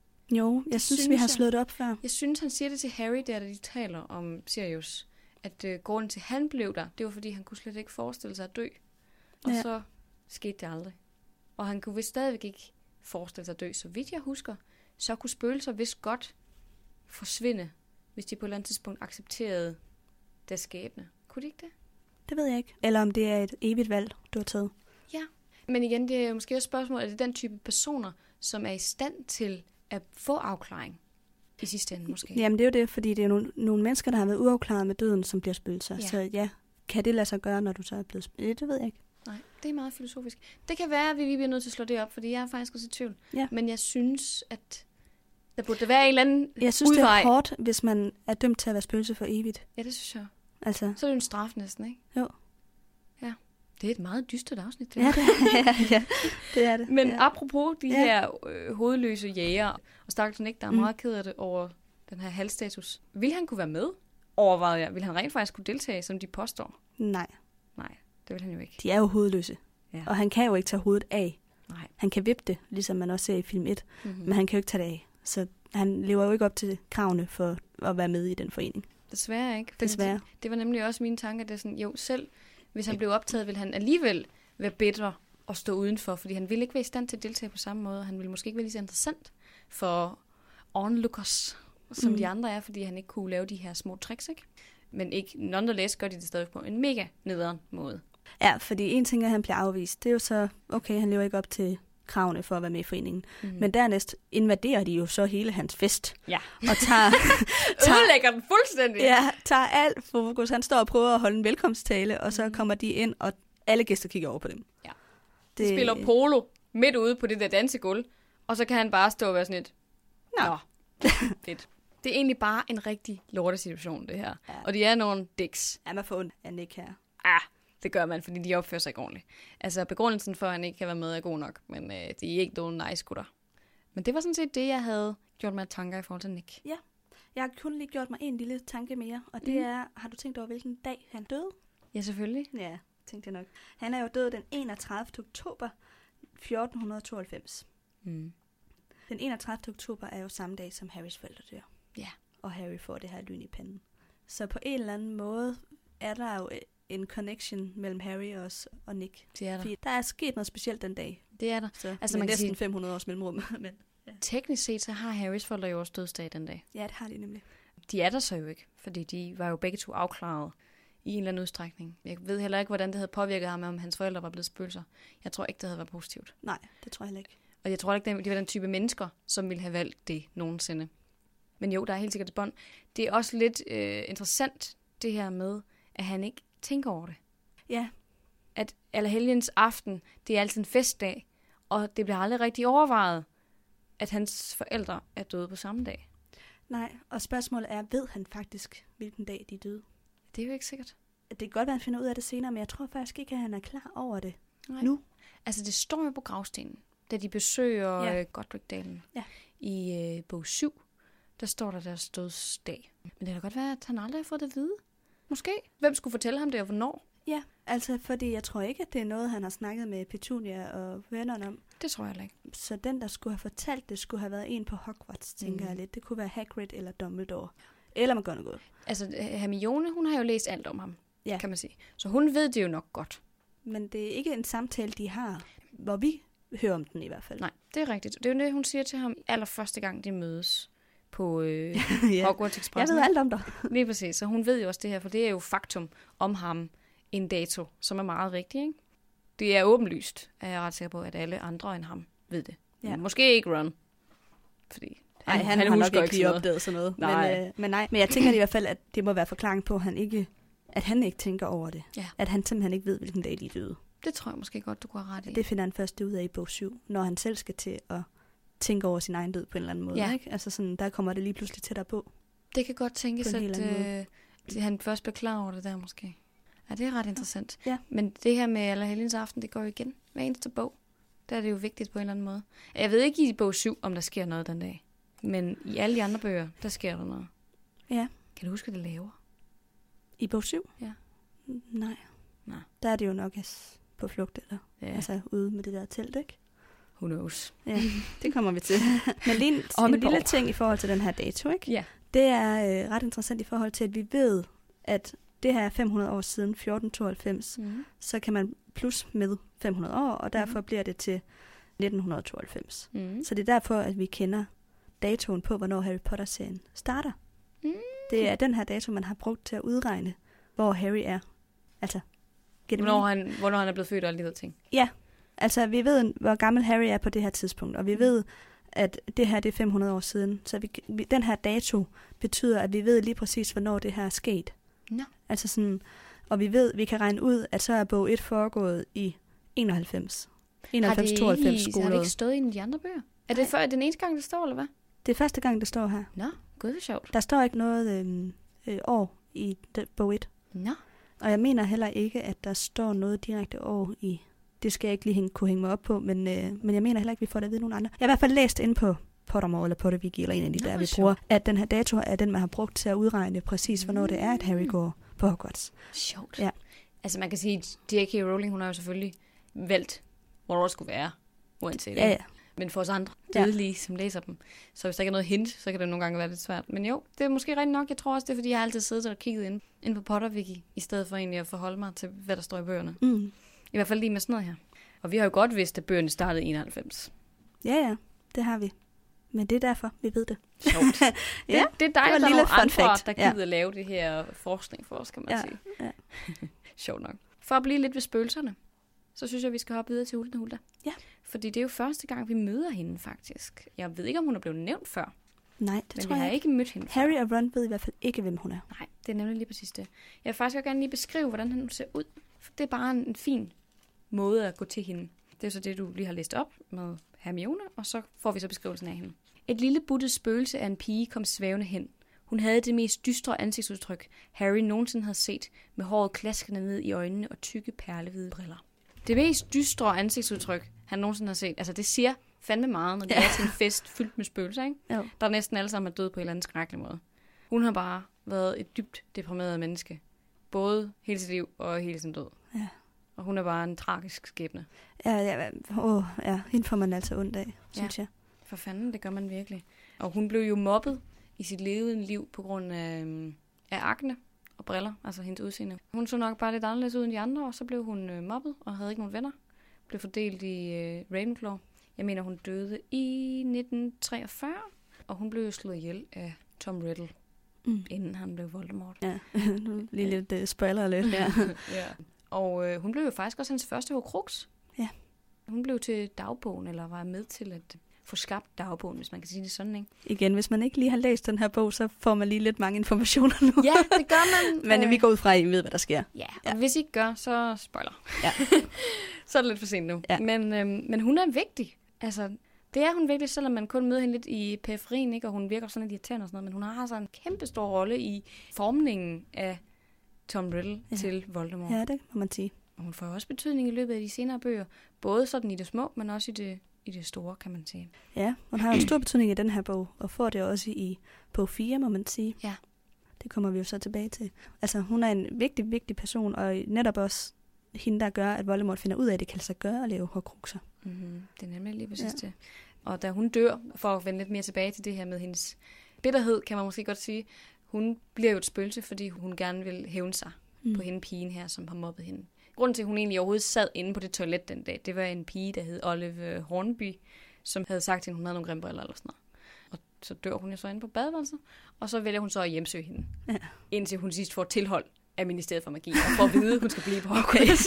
Speaker 2: Jo, jeg synes, synes vi har slået det op før.
Speaker 1: Jeg synes, han siger det til Harry, der da de taler om Sirius, at øh, grunden til, at han blev der, det var, fordi han kunne slet ikke forestille sig at dø. Og ja. så skete det aldrig. Og han kunne vist stadigvæk ikke forestille sig at dø. Så vidt jeg husker, så kunne spøgelser vist godt forsvinde, hvis de på et eller andet tidspunkt accepterede deres skæbne. Kunne de ikke det?
Speaker 2: Det ved jeg ikke. Eller om det er et evigt valg, du har taget.
Speaker 1: Ja, men igen, det er måske også et spørgsmål, er det den type personer, som er i stand til at få afklaring i sidste ende måske?
Speaker 2: Jamen det er jo det, fordi det er nogle, nogle mennesker, der har været uafklaret med døden, som bliver spøgelser. Ja. Så ja, kan det lade sig gøre, når du så er blevet spøgelser? Det ved jeg ikke.
Speaker 1: Nej, det er meget filosofisk. Det kan være, at vi bliver nødt til at slå det op, fordi jeg er faktisk også i tvivl.
Speaker 2: Ja.
Speaker 1: Men jeg synes, at der burde være en eller anden
Speaker 2: Jeg synes,
Speaker 1: udvej.
Speaker 2: det er hårdt, hvis man er dømt til at være spøgelse for evigt.
Speaker 1: Ja, det synes jeg.
Speaker 2: Altså.
Speaker 1: Så er det jo en straf næsten, ikke?
Speaker 2: Jo.
Speaker 1: Ja. Det er et meget dystert afsnit. Det
Speaker 2: ja, det er, ja, det er det.
Speaker 1: Men
Speaker 2: ja.
Speaker 1: apropos de ja. her øh, hovedløse jæger, og Stakkelsen ikke, der er mm. meget ked af det over den her halvstatus. Vil han kunne være med? Overvejede jeg. Vil han rent faktisk kunne deltage, som de påstår?
Speaker 2: Nej.
Speaker 1: Nej, det vil han jo ikke.
Speaker 2: De er jo hovedløse. Ja. Og han kan jo ikke tage hovedet af.
Speaker 1: Nej.
Speaker 2: Han kan vippe det, ligesom man også ser i film et,
Speaker 1: mm-hmm.
Speaker 2: men han kan jo ikke tage det af. Så han lever jo ikke op til kravene for at være med i den forening.
Speaker 1: Desværre ikke.
Speaker 2: Desværre.
Speaker 1: Det, det var nemlig også mine tanker, det er sådan, jo selv, hvis han blev optaget, ville han alligevel være bitter og stå udenfor, fordi han ville ikke være i stand til at deltage på samme måde, og han ville måske ikke være lige så interessant for onlookers, som mm. de andre er, fordi han ikke kunne lave de her små tricks, ikke? Men ikke, nonetheless gør de det stadig på en mega nederen måde.
Speaker 2: Ja, fordi en ting er, at han bliver afvist. Det er jo så, okay, han lever ikke op til kravene for at være med i foreningen. Mm. Men dernæst invaderer de jo så hele hans fest.
Speaker 1: Ja.
Speaker 2: Og tager...
Speaker 1: tager ødelægger den fuldstændig.
Speaker 2: Ja, tager alt fokus. Han står og prøver at holde en velkomsttale, og så mm. kommer de ind, og alle gæster kigger over på dem.
Speaker 1: Ja. De det... spiller polo midt ude på det der dansegulv, og så kan han bare stå og være sådan et... Nå. Nå. Fedt. Det er egentlig bare en rigtig lortesituation, det her. Ja. Og de er nogle dicks.
Speaker 2: Ja, man får ondt af Nick her.
Speaker 1: Ah, det gør man, fordi de opfører sig ikke ordentligt. Altså, begrundelsen for, at han ikke kan være med, er god nok, men øh, de er ikke nogen nice gutter. Men det var sådan set det, jeg havde gjort mig tanker i forhold til Nick.
Speaker 2: Ja, jeg har kun lige gjort mig en lille tanke mere, og det mm. er, har du tænkt over, hvilken dag han døde?
Speaker 1: Ja, selvfølgelig.
Speaker 2: Ja, tænkte jeg nok. Han er jo død den enogtredivte oktober fjorten tooghalvfems. Mm. Den enogtredivte oktober er jo samme dag, som Harrys forældre dør.
Speaker 1: Ja.
Speaker 2: Og Harry får det her lyn i panden. Så på en eller anden måde er der jo en connection mellem Harry og, og Nick.
Speaker 1: Det er der.
Speaker 2: Fordi der er sket noget specielt den dag.
Speaker 1: Det er der.
Speaker 2: Så altså, man næsten sige, fem hundrede års mellemrum. Men, ja.
Speaker 1: Teknisk set, så har Harrys forældre jo også dødsdag den dag.
Speaker 2: Ja, det har de nemlig.
Speaker 1: De er der så jo ikke, fordi de var jo begge to afklaret i en eller anden udstrækning. Jeg ved heller ikke, hvordan det havde påvirket ham, om hans forældre var blevet spøgelser. Jeg tror ikke, det havde været positivt.
Speaker 2: Nej, det tror jeg heller ikke.
Speaker 1: Og jeg tror ikke, de var den type mennesker, som ville have valgt det nogensinde. Men jo, der er helt sikkert et bånd. Det er også lidt øh, interessant, det her med, at han ikke tænker over det.
Speaker 2: Ja,
Speaker 1: at Allerhelgens aften, det er altid en festdag, og det bliver aldrig rigtig overvejet, at hans forældre er døde på samme dag.
Speaker 2: Nej, og spørgsmålet er, ved han faktisk, hvilken dag de er døde?
Speaker 1: Det er jo ikke sikkert.
Speaker 2: Det kan godt være, at han finder ud af det senere, men jeg tror faktisk ikke, at han er klar over det
Speaker 1: Nej.
Speaker 2: nu. Altså,
Speaker 1: det står jo på gravstenen, da de besøger ja. Godric-dalen
Speaker 2: ja.
Speaker 1: i øh, bog syv. Der står der deres dødsdag. Men det kan da godt være, at han aldrig har fået det at vide. Måske. Hvem skulle fortælle ham det, og hvornår?
Speaker 2: Ja, altså, fordi jeg tror ikke, at det er noget, han har snakket med Petunia og vennerne om.
Speaker 1: Det tror jeg ikke.
Speaker 2: Så den, der skulle have fortalt det, skulle have været en på Hogwarts, tænker mm. jeg lidt. Det kunne være Hagrid eller Dumbledore. Eller McGonagall.
Speaker 1: Altså, Hermione, hun har jo læst alt om ham,
Speaker 2: ja.
Speaker 1: kan man sige. Så hun ved det jo nok godt.
Speaker 2: Men det er ikke en samtale, de har, hvor vi hører om den i hvert fald.
Speaker 1: Nej, det er rigtigt. Det er jo det, hun siger til ham allerførste gang, de mødes på øh, ja. Hogwarts Express.
Speaker 2: Jeg ved alt om dig.
Speaker 1: Lige præcis. Så hun ved jo også det her, for det er jo faktum om ham, en dato, som er meget vigtig, ikke? Det er åbenlyst, er jeg ret sikker på, at alle andre end ham ved det. Ja. Måske ikke Ron. Fordi
Speaker 2: han, Ej, han, han har nok ikke lige opdaget sådan noget.
Speaker 1: Nej.
Speaker 2: Men, øh, men nej. Men jeg tænker i hvert fald, at det må være forklaring på, at han ikke, at han ikke tænker over det.
Speaker 1: Ja.
Speaker 2: At han simpelthen ikke ved, hvilken dag de er døde.
Speaker 1: Det tror jeg måske godt, du kunne have ret i.
Speaker 2: Det finder han først ud af i bog syv, når han selv skal til at tænke over sin egen død på en eller anden måde.
Speaker 1: Ja.
Speaker 2: Ikke? Altså sådan, der kommer det lige pludselig tættere på.
Speaker 1: Det kan godt tænkes, at øh, han først bliver klar over det der måske. Ja, det er ret interessant.
Speaker 2: Ja.
Speaker 1: Men det her med Allerhelgens aften, det går jo igen hver eneste bog. Der er det jo vigtigt på en eller anden måde. Jeg ved ikke i bog syv, om der sker noget den dag. Men i alle de andre bøger, der sker der noget.
Speaker 2: Ja.
Speaker 1: Kan du huske, hvad det laver?
Speaker 2: I bog syv?
Speaker 1: Ja.
Speaker 2: Nej.
Speaker 1: Nej.
Speaker 2: Der er det jo nok på flugt, eller ja. Altså ude med det der telt, ikke?
Speaker 1: Who knows?
Speaker 2: Ja, det kommer vi til. Men lige en, en lille ting i forhold til den her dato, ikke?
Speaker 1: Ja.
Speaker 2: Det er øh, ret interessant i forhold til, at vi ved, at det her er fem hundrede år siden, fjorten tooghalvfems, mm. så kan man plus med fem hundrede år, og derfor mm. bliver det til nitten tooghalvfems. Mm. Så det er derfor, at vi kender datoen på, hvornår Harry Potter-serien starter. Mm. Det er den her dato, man har brugt til at udregne, hvor Harry er. Altså,
Speaker 1: hvornår han, hvornår han er blevet født og alle de der ting.
Speaker 2: Ja, altså vi ved, hvor gammel Harry er på det her tidspunkt, og vi ved, at det her det er fem hundrede år siden. Så vi, vi, den her dato betyder, at vi ved lige præcis, hvornår det her er sket.
Speaker 1: No.
Speaker 2: Altså sådan, og vi ved, vi kan regne ud, at så er bog et foregået i enoghalvfems. enoghalvfems tooghalvfems skoleår.
Speaker 1: Har det ikke stået i en af de andre bøger? Er det for, den eneste gang, det står, eller hvad?
Speaker 2: Det er første gang, det står her.
Speaker 1: Nå, gud, det sjovt.
Speaker 2: Der står ikke noget øh, øh, år i det, bog et.
Speaker 1: Nå.
Speaker 2: Og jeg mener heller ikke, at der står noget direkte år i. Det skal jeg ikke lige hænge, kunne hænge mig op på, men, øh, men jeg mener heller ikke, vi får det at vide nogen andre. Jeg har i hvert fald læst ind på Pottermore eller Potterwiki, eller en af de Nå, der, vi sjovt. bruger, at den her dato er den, man har brugt til at udregne præcis, hvornår mm. det er, at Harry går på Hogwarts.
Speaker 1: Sjovt.
Speaker 2: Ja.
Speaker 1: Altså man kan sige, at J K. Rowling, hun har jo selvfølgelig valgt, hvornår det skulle være, uanset
Speaker 2: ja, ja.
Speaker 1: Men for os andre, dødelige, ja. som læser dem. Så hvis der ikke er noget hint, så kan det nogle gange være lidt svært. Men jo, det er måske rigtig nok. Jeg tror også, det er, fordi jeg har altid siddet og kigget ind, ind på Potterwiki, i stedet for egentlig at forholde mig til, hvad der står i bøgerne. Mm. I hvert fald lige med sådan noget her. Og vi har jo godt vidst, at bøgerne startede i enoghalvfems.
Speaker 2: Ja, ja, det har vi. Men det er derfor, vi ved det.
Speaker 1: Sjovt. ja, det, det er dig,
Speaker 2: det
Speaker 1: der er nogle andre,
Speaker 2: fact.
Speaker 1: der gider ja. lave det her forskning for os, kan man
Speaker 2: ja.
Speaker 1: sige.
Speaker 2: Ja.
Speaker 1: Sjovt nok. For at blive lidt ved spøgelserne, så synes jeg, vi skal hoppe videre til Hulda Hulda.
Speaker 2: Ja.
Speaker 1: Fordi det er jo første gang, vi møder hende faktisk. Jeg ved ikke, om hun er blevet nævnt før.
Speaker 2: Nej, det
Speaker 1: men
Speaker 2: tror
Speaker 1: vi
Speaker 2: jeg
Speaker 1: har ikke mødt hende før.
Speaker 2: Harry og Ron ved i hvert fald ikke, hvem hun er.
Speaker 1: Nej, det er nemlig lige præcis det. Jeg vil faktisk også gerne lige beskrive, hvordan hun ser ud. For det er bare en, en fin måde at gå til hende. Det er så det, du lige har læst op med Hermione, og så får vi så beskrivelsen af hende. Et lille buttet spøgelse af en pige kom svævende hen. Hun havde det mest dystre ansigtsudtryk, Harry nogensinde havde set, med håret klaskende ned i øjnene og tykke perlehvide briller. Det mest dystre ansigtsudtryk, han nogensinde har set, altså det siger fandme meget, når det ja. er til en fest fyldt med spøgelser, ikke?
Speaker 2: Jo.
Speaker 1: Der er næsten alle sammen er døde på en eller anden skrækkelig måde. Hun har bare været et dybt deprimeret menneske. Både hele sit liv og hele sin død.
Speaker 2: Ja.
Speaker 1: Og hun er bare en tragisk skæbne.
Speaker 2: Ja, ja, åh, ja, hende får man altså ondt af, synes
Speaker 1: ja.
Speaker 2: jeg.
Speaker 1: For fanden, det gør man virkelig. Og hun blev jo mobbet i sit levende liv på grund af, af akne og briller, altså hendes udseende. Hun så nok bare lidt anderledes ud end de andre, og så blev hun øh, mobbet og havde ikke nogen venner. Blev fordelt i øh, Ravenclaw. Jeg mener, hun døde i nitten treogfyrre, og hun blev slået ihjel af Tom Riddle, mm. inden han blev Voldemort.
Speaker 2: Ja, lige lidt uh, spoiler lidt. Ja.
Speaker 1: ja. Og øh, hun blev jo faktisk også hans første Horcrux.
Speaker 2: Ja.
Speaker 1: Hun blev til dagbogen, eller var med til at få skabt dagbogen, hvis man kan sige det sådan, ikke?
Speaker 2: Igen, hvis man ikke lige har læst den her bog, så får man lige lidt mange informationer nu.
Speaker 1: Ja, det gør man.
Speaker 2: Men vi går ud fra, at I ved, hvad der sker.
Speaker 1: Ja, og ja. Hvis I ikke gør, så spoiler.
Speaker 2: Ja.
Speaker 1: Så er det lidt for sent nu.
Speaker 2: Ja.
Speaker 1: Men, øhm, men hun er vigtig. Altså, det er hun virkelig, selvom man kun møder hende lidt i periferien, ikke? Og hun virker sådan lidt irriterende og sådan noget, men hun har altså en kæmpe stor rolle i formningen af Tom Riddle ja. til Voldemort.
Speaker 2: Ja, det må man sige.
Speaker 1: Og hun får også betydning i løbet af de senere bøger, både sådan i det små, men også i det, i det store, kan man sige.
Speaker 2: Ja, hun har jo en stor betydning i den her bog, og får det også i bog fire, må man sige.
Speaker 1: Ja.
Speaker 2: Det kommer vi jo så tilbage til. Altså, hun er en vigtig, vigtig person, og netop også hende, der gør, at Voldemort finder ud af, at det kan lade sig gøre at lave Horcruxer.
Speaker 1: Mm-hmm. Det er nemlig lige præcis
Speaker 2: Ja.
Speaker 1: det. Og da hun dør, for at vende lidt mere tilbage til det her med hendes bitterhed, kan man måske godt sige, hun bliver jo et spøgelse, fordi hun gerne vil hævne sig mm. på hende pigen her, som har mobbet hende. Grunden til, at hun egentlig overhovedet sad inde på det toilet den dag, det var en pige, der hed Olive Hornby, som havde sagt til hende, hun havde nogle grimme briller eller sådan noget. Og så dør hun jo så inde på badeværelset, og så vælger hun så at hjemsøge hende, ja. Indtil hun sidst får tilhold af Ministeriet for Magi, og får at vide, at hun skal blive på Hogwarts.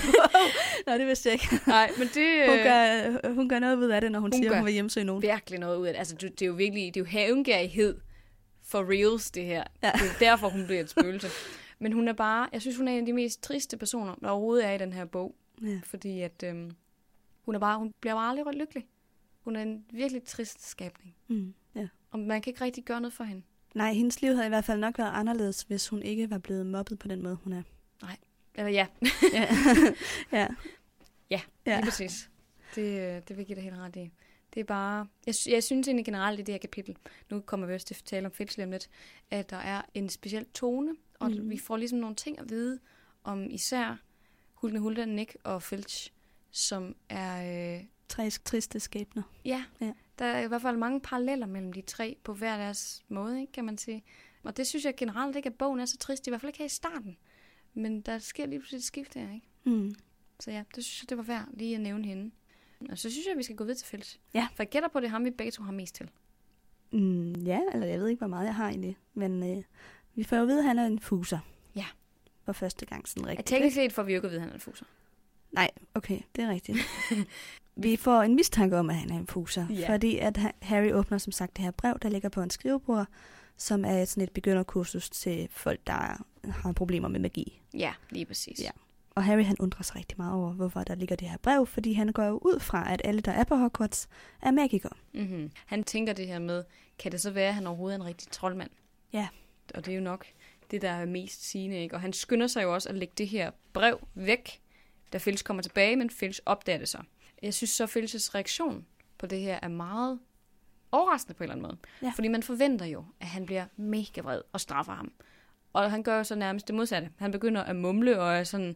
Speaker 2: Nej, det vidste jeg ikke.
Speaker 1: Nej, men det...
Speaker 2: Hun gør, hun gør noget ud af det, når hun, hun siger, at hun vil hjemsøge nogen.
Speaker 1: Virkelig noget ud af det. Altså, det er jo virkelig, det er jo hævngærighed for reals, det her. Ja. Det er derfor, hun bliver et spøgelse. Men hun er bare, jeg synes, hun er en af de mest triste personer, der overhovedet er i den her bog. Ja. Fordi at øhm, hun er bare, hun bliver bare aldrig lykkelig. Hun er en virkelig trist skabning.
Speaker 2: Mm, ja.
Speaker 1: Og man kan ikke rigtig gøre noget for hende.
Speaker 2: Nej, hendes liv havde i hvert fald nok været anderledes, hvis hun ikke var blevet mobbet på den måde, hun er.
Speaker 1: Nej, eller ja.
Speaker 2: ja. ja.
Speaker 1: Ja, lige ja. Præcis. Det, det vil give dig helt ret i. Det er bare, jeg, jeg synes egentlig generelt i det her kapitel, nu kommer vi også til at tale om Filch om lidt, at der er en speciel tone, og mm. vi får ligesom nogle ting at vide om især Hulken, Hulda, Nick og Filch, som er... Øh,
Speaker 2: Tre triste skæbner.
Speaker 1: Ja, ja, der er i hvert fald mange paralleller mellem de tre på hver deres måde, ikke, kan man sige. Og det synes jeg generelt ikke, at bogen er så trist, i hvert fald ikke her i starten. Men der sker lige pludselig et skift her, ikke?
Speaker 2: Mm.
Speaker 1: Så ja, det synes jeg, det var værd lige at nævne hende. Og så synes jeg, at vi skal gå videre til Filch.
Speaker 2: Ja.
Speaker 1: For jeg gætter på, det er ham, vi begge to har mest til.
Speaker 2: Mm, ja, eller jeg ved ikke, hvor meget jeg har i det. Men øh, vi får jo vide, at han er en fuser.
Speaker 1: Ja.
Speaker 2: For første gang sådan rigtigt.
Speaker 1: Ja, teknisk set får vi jo ikke at vide, at han er en fuser.
Speaker 2: Nej, okay, det er rigtigt. Vi får en mistanke om, at han er en fuser. Ja. Fordi at Harry åbner som sagt det her brev, der ligger på en skrivebord, som er sådan et begynderkursus til folk, der har problemer med magi.
Speaker 1: Ja, lige præcis.
Speaker 2: Ja. Og Harry han undrer sig rigtig meget over, hvorfor der ligger det her brev, fordi han går jo ud fra, at alle, der er på Hogwarts, er magikere.
Speaker 1: Mm-hmm. Han tænker det her med, kan det så være, at han overhovedet er en rigtig troldmand?
Speaker 2: Ja.
Speaker 1: Og det er jo nok det, der er mest sigende, ikke? Og han skynder sig jo også at lægge det her brev væk, da Filch kommer tilbage, men Filch opdager det så. Jeg synes så, Filches reaktion på det her er meget overraskende på en eller anden måde. Ja. Fordi man forventer jo, at han bliver mega vred og straffer ham. Og han gør jo så nærmest det modsatte. Han begynder at mumle og er sådan,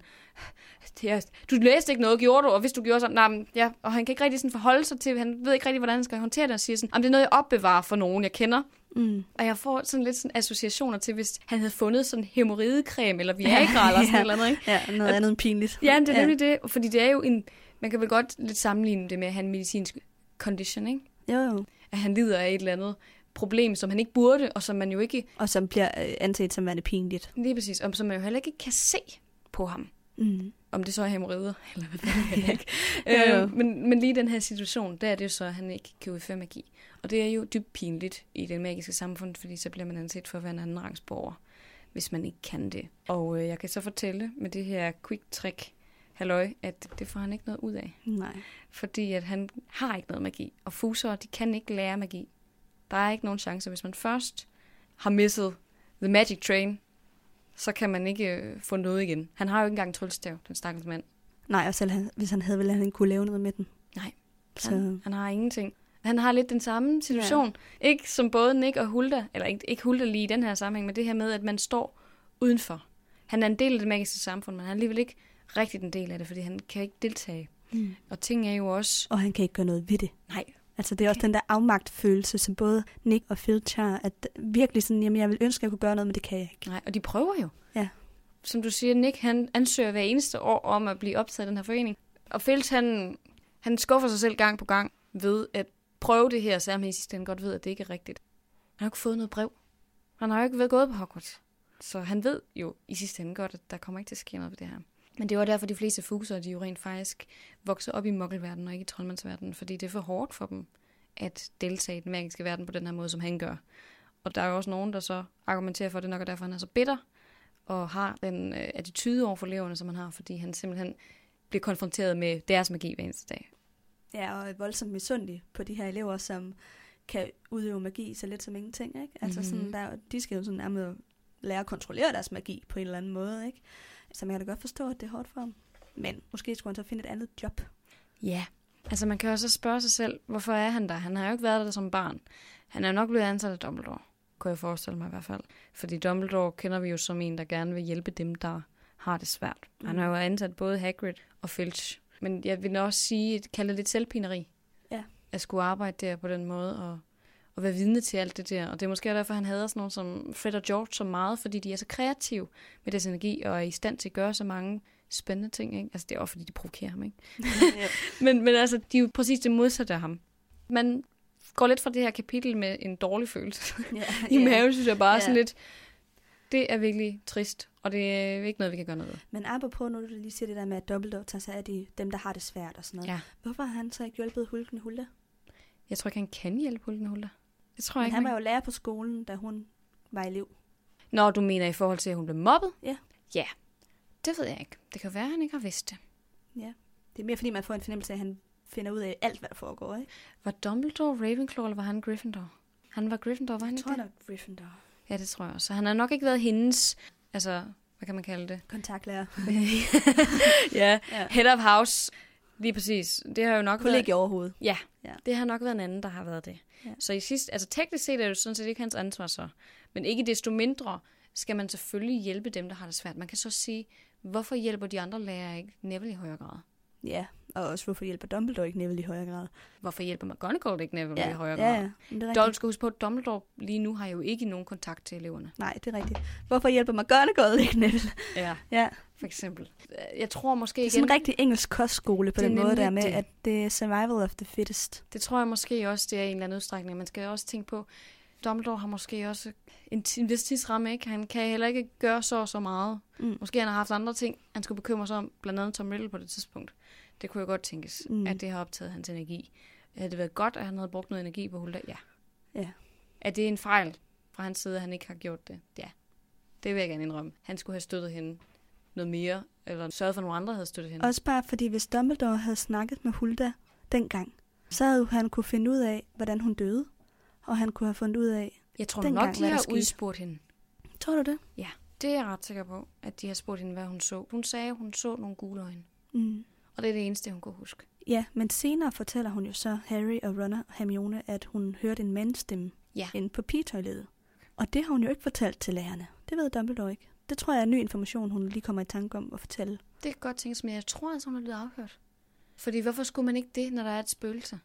Speaker 1: du læste ikke noget, gjorde du? Og hvis du gjorde sådan, nah, ja. Og han kan ikke rigtig sådan forholde sig til, han ved ikke rigtig, hvordan han skal håndtere det, og siger sådan, det er noget, jeg opbevarer for nogen, jeg kender. Mm. Og jeg får sådan lidt sådan associationer til, hvis han havde fundet sådan hæmoridecreme eller Viagra ja, eller sådan ja. Eller andet, ikke?
Speaker 2: Ja, noget og, andet pinligt.
Speaker 1: Ja, det er nemlig ja. Det, fordi det er jo en, man kan vel godt lidt sammenligne det med at have en medicinsk condition, ikke?
Speaker 2: Jo, jo.
Speaker 1: At han lider af et eller andet problem, som han ikke burde, og som man jo ikke...
Speaker 2: Og som bliver anset som værende pinligt.
Speaker 1: Lige præcis, og som man jo heller ikke kan se på ham.
Speaker 2: Mm.
Speaker 1: Om det så er hæmorider, eller hvad det er, ikke? ja, øh, men, men lige den her situation, der er det jo så, at han ikke kan udføre magi. Og det er jo dybt pinligt i det magiske samfund, fordi så bliver man anset for at være en anden rangsborger, hvis man ikke kan det. Og øh, jeg kan så fortælle med det her quick-trick, halløj, at det får han ikke noget ud af.
Speaker 2: Nej.
Speaker 1: Fordi at han har ikke noget magi, og fusere, de kan ikke lære magi. Der er ikke nogen chance. Hvis man først har misset the magic train, så kan man ikke øh, få noget igen. Han har jo ikke engang en tryllestav, den stakkels mand.
Speaker 2: Nej, og selv han, hvis han havde, ville han ikke kunne lave noget med den.
Speaker 1: Nej, så. han, han har ingenting. Han har lidt den samme situation. Ja. Ikke som både Nick og Hulda, eller ikke, ikke Hulda lige i den her sammenhæng, men det her med, at man står udenfor. Han er en del af det magiske samfund, men han er alligevel ikke rigtig en del af det, fordi han kan ikke deltage. Mm. Og ting er jo også...
Speaker 2: Og han kan ikke gøre noget ved det.
Speaker 1: Nej.
Speaker 2: Altså det er også den der afmagtfølelse, som både Nick og Filch har, at virkelig sådan, jamen jeg vil ønske, at jeg kunne gøre noget, men det kan jeg ikke.
Speaker 1: Nej, og de prøver jo.
Speaker 2: Ja.
Speaker 1: Som du siger, Nick, han ansøger hver eneste år om at blive optaget i den her forening. Og Filch, han, han skuffer sig selv gang på gang ved at prøve det her, selvom han i sidste ende godt ved, at det ikke er rigtigt. Han har jo ikke fået noget brev. Han har jo ikke været gået på Hogwarts. Så han ved jo i sidste ende godt, at der kommer ikke til at ske noget ved det her. Men det var derfor, de fleste fuser, de jo rent faktisk vokser op i muggelverdenen og ikke i troldmandsverdenen, fordi det er for hårdt for dem at deltage i den magiske verden på den her måde, som han gør. Og der er jo også nogen, der så argumenterer for, at det nok er derfor, han er så bitter, og har den øh, attitude over for eleverne, som han har, fordi han simpelthen bliver konfronteret med deres magi hver eneste dag.
Speaker 2: Ja, og er voldsomt misundelig på de her elever, som kan udøve magi så lidt som ingenting, ikke? Altså mm-hmm. sådan, der, de skal jo sådan nærmest lære at kontrollere deres magi på en eller anden måde, ikke? Så man kan da godt forstå, at det er hårdt for ham. Men måske skulle han så finde et andet job.
Speaker 1: Ja, altså man kan jo så spørge sig selv, hvorfor er han der? Han har jo ikke været der som barn. Han er jo nok blevet ansat af Dumbledore, kunne jeg forestille mig i hvert fald. Fordi Dumbledore kender vi jo som en, der gerne vil hjælpe dem, der har det svært. Mm. Han har jo ansat både Hagrid og Filch. Men jeg vil også sige, at kalde det lidt selvpineri. Ja. At skulle arbejde der på den måde, og, og være vidne til alt det der. Og det er måske derfor, han hader sådan nogen som Fred og George så meget, fordi de er så kreative med deres energi, og er i stand til at gøre så mange spændende ting. Ikke? Altså det er også, fordi de provokerer ham, ikke? Ja. men, men altså, de er jo præcis det modsatte af ham. Man går lidt fra det her kapitel med en dårlig følelse. Ja, I yeah. maven, synes jeg bare yeah. sådan lidt, det er virkelig trist, og det er ikke noget, vi kan gøre noget ved.
Speaker 2: Men apropos, når du lige siger det der med, at Dumbledore tager sig af de, dem, der har det svært og sådan noget. Ja. Hvorfor har han så ikke hjulpet Hulken Hulda?
Speaker 1: Jeg tror ikke, han kan hjælpe Hulken Hulda. Det tror jeg
Speaker 2: Men
Speaker 1: ikke.
Speaker 2: han var jo lærer på skolen, da hun var elev.
Speaker 1: Nå, du mener i forhold til, at hun blev mobbet?
Speaker 2: Ja.
Speaker 1: Ja, det ved jeg ikke. Det kan være, at han ikke har vidst det.
Speaker 2: Ja, det er mere fordi, man får en fornemmelse af, at han finder ud af alt, hvad der foregår, ikke?
Speaker 1: Var Dumbledore Ravenclaw, eller var han Gryffindor? Han var Gryffindor, var han
Speaker 2: jeg
Speaker 1: ikke
Speaker 2: tror,
Speaker 1: det?
Speaker 2: Jeg tror, Gryffindor.
Speaker 1: Ja, det tror jeg også. Så han har nok ikke været hendes, altså, hvad kan man kalde det?
Speaker 2: Kontaktlærer.
Speaker 1: ja, ja, head of house. Lige præcis. Det har jo nok
Speaker 2: Kollegie været... overhovedet.
Speaker 1: Ja, ja, det har nok været en anden, der har været det. Ja. Så i sidst, altså teknisk set er det jo sådan set ikke hans ansvar så. Men ikke desto mindre skal man selvfølgelig hjælpe dem, der har det svært. Man kan så sige, hvorfor hjælper de andre lærere ikke Neville i højere grad?
Speaker 2: Ja, og også hvorfor hjælper Dumbledore ikke Neville i højere grad?
Speaker 1: Hvorfor hjælper McGonagall ikke Neville
Speaker 2: ja,
Speaker 1: i højere
Speaker 2: ja,
Speaker 1: grad?
Speaker 2: Ja, det er
Speaker 1: Dumbledore skal huske på, at Dumbledore lige nu har jo ikke nogen kontakt til eleverne.
Speaker 2: Nej, det er rigtigt. Hvorfor hjælper McGonagall ikke Neville?
Speaker 1: Ja,
Speaker 2: ja,
Speaker 1: for eksempel. Jeg tror måske igen...
Speaker 2: Det er sådan en rigtig engelsk kostskole på den måde der med, det. At det er survival of the fittest.
Speaker 1: Det tror jeg måske også, det er i en eller anden udstrækning. Man skal også tænke på, Dumbledore har måske også en, en vis tidsramme, ikke? Han kan heller ikke gøre så så meget. Mm. Måske han har haft andre ting, han skulle bekymre sig om, blandt andet Tom Riddle på det tidspunkt. Det kunne jo godt tænkes, mm. at det har optaget hans energi. Havde det været godt, at han havde brugt noget energi på Hulda? Ja.
Speaker 2: ja.
Speaker 1: Er det en fejl fra hans side, at han ikke har gjort det? Ja. Det vil jeg gerne indrømme. Han skulle have støttet hende noget mere, eller sørget for, at nogle andre havde støttet hende.
Speaker 2: Også bare fordi, hvis Dumbledore havde snakket med Hulda dengang, så havde han kunne finde ud af, hvordan hun døde. Og han kunne have fundet ud af,
Speaker 1: jeg tror dengang, nok, de har udspurgt hende.
Speaker 2: Tror du det?
Speaker 1: Ja, det er jeg ret sikker på, at de har spurgt hende, hvad hun så. Hun sagde, at hun så nogle gule øjne. Mm. Og det er det eneste, hun kunne huske.
Speaker 2: Ja, men senere fortæller hun jo så Harry og Ron og Hermione, at hun hørte en mandstemme ja. inde på pigetoilettet. Og det har hun jo ikke fortalt til lærerne. Det ved Dumbledore ikke. Det tror jeg er ny information, hun lige kommer i tanke om at fortælle.
Speaker 1: Det er godt tænkt, men jeg tror altså, hun er blevet afhørt. Fordi hvorfor skulle man ikke det, når der er et spøgelse?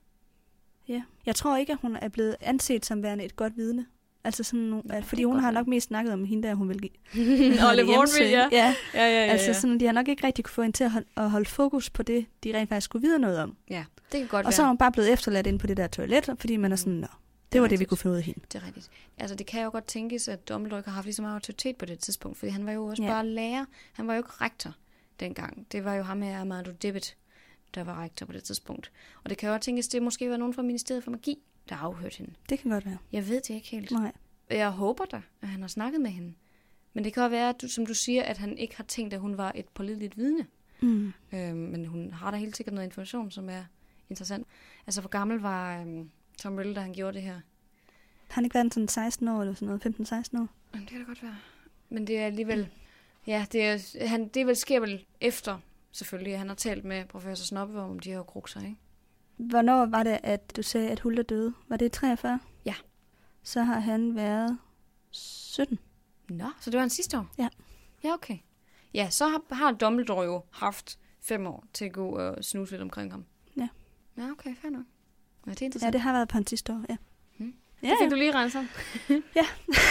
Speaker 2: Ja, jeg tror ikke, at hun er blevet anset som værende et godt vidne. Altså sådan, ja, fordi hun har nok mest snakket om hende, der hun vil give.
Speaker 1: Olive Hornby, ja.
Speaker 2: Ja.
Speaker 1: Ja, ja, ja, ja.
Speaker 2: Altså sådan, de har nok ikke rigtig kunne få hende til at holde, at holde fokus på det, de rent faktisk skulle vide noget om.
Speaker 1: Ja, det kan godt
Speaker 2: og
Speaker 1: være.
Speaker 2: Så er hun bare blevet efterladt inde på det der toilet, fordi man er sådan, nå, det, det var rigtigt. Det, vi kunne få ud af hende.
Speaker 1: Det er rigtigt. Altså, det kan jo godt tænkes, at Dumbledore ikke har haft lige så meget autoritet på det tidspunkt, fordi han var jo også ja. bare lærer. Han var jo ikke rektor dengang. Det var jo ham her, Armando Dibbet, der var rektor på det tidspunkt. Og det kan jo også tænkes, det måske var nogen fra Ministeriet for Magi, der afhørte hende.
Speaker 2: Det kan godt være.
Speaker 1: Jeg ved det ikke helt.
Speaker 2: Nej.
Speaker 1: Jeg håber da, at han har snakket med hende. Men det kan også være, at du, som du siger, at han ikke har tænkt, at hun var et pålideligt vidne. Mm. Øhm, men hun har da helt sikkert noget information, som er interessant. Altså, hvor gammel var øhm, Tom Riddle, da han gjorde det her?
Speaker 2: Har han ikke været sådan seksten år eller sådan noget? femten seksten år?
Speaker 1: Jamen, det kan da godt være. Men det er alligevel... Ja, det er, han, det vel sker vel efter, selvfølgelig. Han har talt med professor Snoppe om de her krukser, ikke?
Speaker 2: Hvornår var det, at du sagde, at Hulda døde? Var det treogfyrre?
Speaker 1: Ja.
Speaker 2: Så har han været sytten.
Speaker 1: Nå, så det var han sidste år?
Speaker 2: Ja.
Speaker 1: Ja, okay. Ja, så har, har Dumbledore jo haft fem år til at gå og snuse lidt omkring ham.
Speaker 2: Ja.
Speaker 1: Ja, okay, fair nok. Ja, det er interessant.
Speaker 2: Ja, det har været på hans sidste år, ja.
Speaker 1: Hmm. Ja, det fik ja. du lige renset.
Speaker 2: Ja.